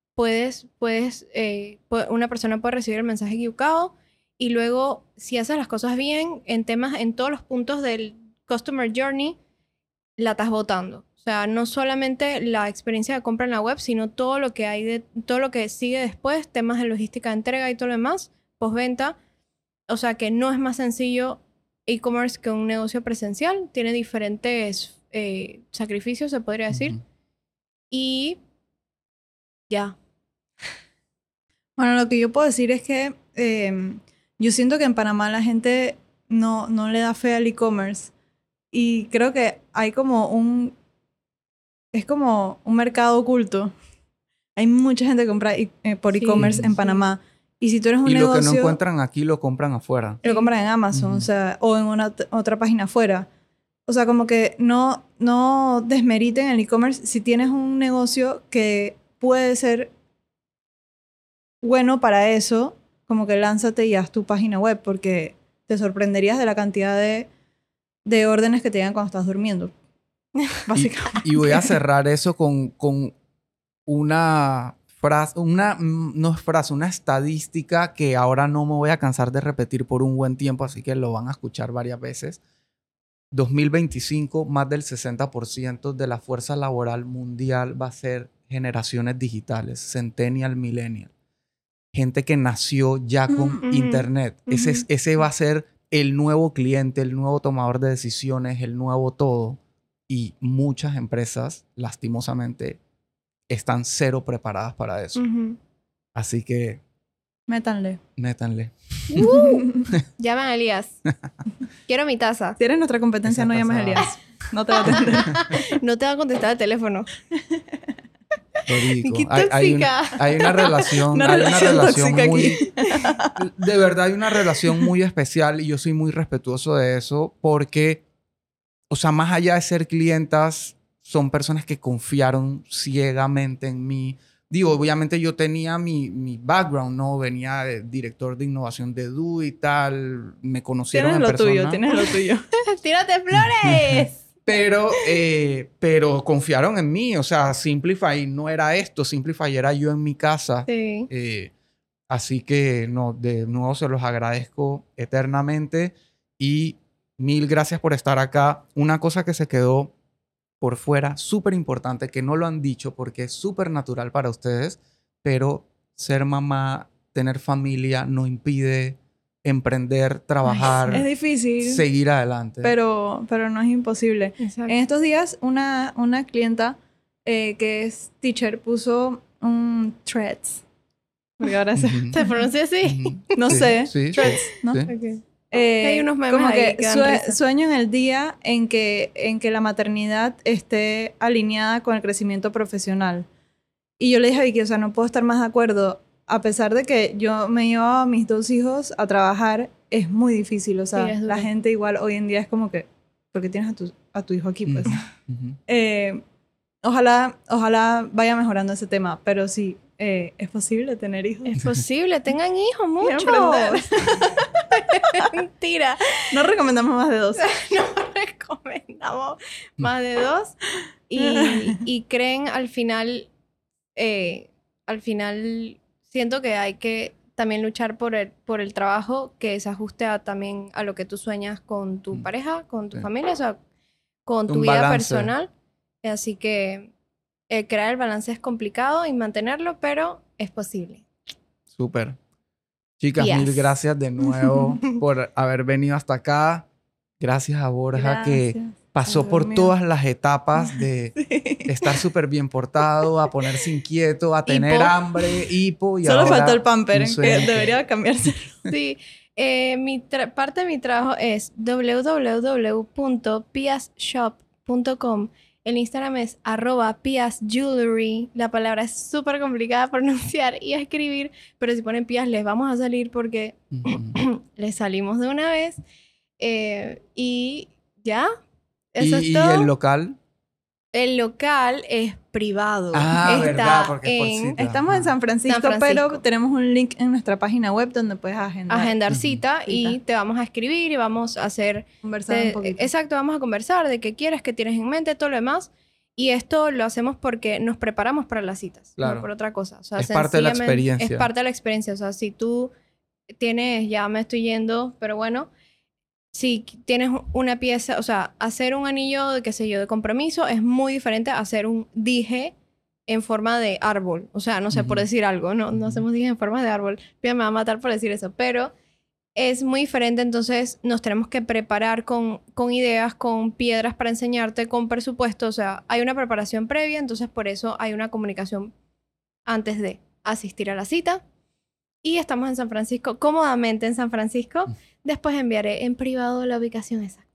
una persona puede recibir el mensaje equivocado y luego, si haces las cosas bien en todos los puntos del customer journey, la estás botando. O sea, no solamente la experiencia de compra en la web, sino todo lo que todo lo que sigue después, temas de logística de entrega y todo lo demás, postventa. O sea, que no es más sencillo e-commerce que un negocio presencial. Tiene diferentes sacrificios, se podría decir. Ujú. Y ya. Bueno, lo que yo puedo decir es que yo siento que en Panamá la gente no le da fe al e-commerce. Y creo que hay como es como un mercado oculto. Hay mucha gente que compra por Sí, e-commerce en sí. Panamá. Y si tú eres un Y lo que no negocio, encuentran aquí lo compran afuera. lo compran en Amazon, Ujú. o sea, o en otra página afuera. O sea, como que no desmeriten el e-commerce si tienes un negocio que puede ser bueno para eso, como que lánzate y haz tu página web, porque te sorprenderías de la cantidad de órdenes que te llegan cuando estás durmiendo. Básicamente. Y voy a cerrar eso con una frase, no es frase, una estadística que ahora no me voy a cansar de repetir por un buen tiempo, así que lo van a escuchar varias veces. 2025, más del 60% de la fuerza laboral mundial va a ser generaciones digitales, centennial, millennial. Gente que nació ya con Ujú. internet. Ese, Ujú. ese va a ser el nuevo cliente, el nuevo tomador de decisiones, el nuevo todo. Y muchas empresas, lastimosamente, están cero preparadas para eso. Ujú. Así que Métanle. métanle. Llaman a Elías. Quiero mi taza. Si eres nuestra competencia, Esa no llames a taza- Elías. No te va a atender. No te va a contestar el teléfono. Verídico. ¡Qué Hay una relación, Una hay una relación relación tóxica muy... aquí. De verdad hay una relación muy especial y yo soy muy respetuoso de eso porque, o sea, más allá de ser clientas, son personas que confiaron ciegamente en mí. Digo, obviamente yo tenía mi background, ¿no? Venía de director de innovación de DU y tal. Me conocieron en persona. Tienes lo tuyo. ¡Tírate flores! Pero confiaron en mí. O sea, Simplify no era esto. Simplify era yo en mi casa. Sí. Así que, no, de nuevo se los agradezco eternamente. Y mil gracias por estar acá. Una cosa que se quedó por fuera, súper importante, que no lo han dicho porque es súper natural para ustedes, pero ser mamá, tener familia, no impide emprender, trabajar, Es difícil, seguir adelante. pero no es imposible. Exacto. En estos días, una clienta que es teacher puso un threads. Porque ahora Ujú. ¿Se pronuncia así? Ujú. No Sí, sé. sí, Threads, sí, ¿no? sí. Ok. Eh, Hay unos memes como ahí que que dan risa. sueño en el día en que la maternidad esté alineada con el crecimiento profesional. Y yo le dije a Vicky, o sea, no puedo estar más de acuerdo. A pesar de que yo me llevaba a mis 2 hijos a trabajar, es muy difícil. O sea, Sí, es la duro. gente igual hoy en día es como que, ¿por qué tienes a tu hijo aquí? Pues. Ujú. Ojalá vaya mejorando ese tema, pero sí, es posible tener hijos. Es posible, tengan hijos, Quiero muchos. emprender. Mentira. No recomendamos más de 2. No recomendamos más de 2. Y creen al final siento que hay que también luchar por el trabajo que se ajuste también a lo que tú sueñas con tu pareja, con tu Sí. familia, o sea, con tu Un vida balance. personal. Así que crear el balance es complicado y mantenerlo, pero es posible. Súper. Chicas, Yes. mil gracias de nuevo por haber venido hasta acá. Gracias a Borja que pasó Ay, por Dios mío. todas las etapas de estar súper bien portado, a ponerse inquieto, a tener Hipo. hambre, hipo y Solo ahora faltó el pamper, un que sueño. debería cambiarse. Sí, parte de mi trabajo es www.piasshop.com. El Instagram es @piasjewelry. La palabra es súper complicada de pronunciar y escribir, pero si ponen Pias les vamos a salir porque Ujú. les salimos de una vez. Y ya, eso es ¿Y todo. el local? El local es privado. Ah, Está verdad, porque es por en cita. Estamos en San Francisco, San Francisco. pero tenemos un link en nuestra página web donde puedes agendar Ujú. cita y Cita. te vamos a escribir y vamos a hacer... conversar un poquito. Exacto, vamos a conversar de qué quieres, qué tienes en mente, todo lo demás. Y esto lo hacemos porque nos preparamos para las citas, Claro. no por otra cosa. O sea, Es parte de la sencillamente experiencia. Es parte de la experiencia. O sea, si tú tienes, ya me estoy yendo, pero bueno, si tienes una pieza, o sea, hacer un anillo de, qué sé yo, de compromiso es muy diferente a hacer un dije en forma de árbol. O sea, no sé, por Ujú. decir algo, no Ujú. hacemos dije en forma de árbol. Pia me va a matar por decir eso, pero es muy diferente, entonces nos tenemos que preparar con ideas, con piedras para enseñarte, con presupuesto, o sea, hay una preparación previa, entonces por eso hay una comunicación antes de asistir a la cita. Y estamos en San Francisco, cómodamente en San Francisco. Después enviaré en privado la ubicación exacta.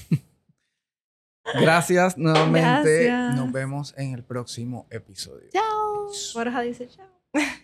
Gracias nuevamente. Gracias. Nos vemos en el próximo episodio. ¡Chao! Borja dice chao.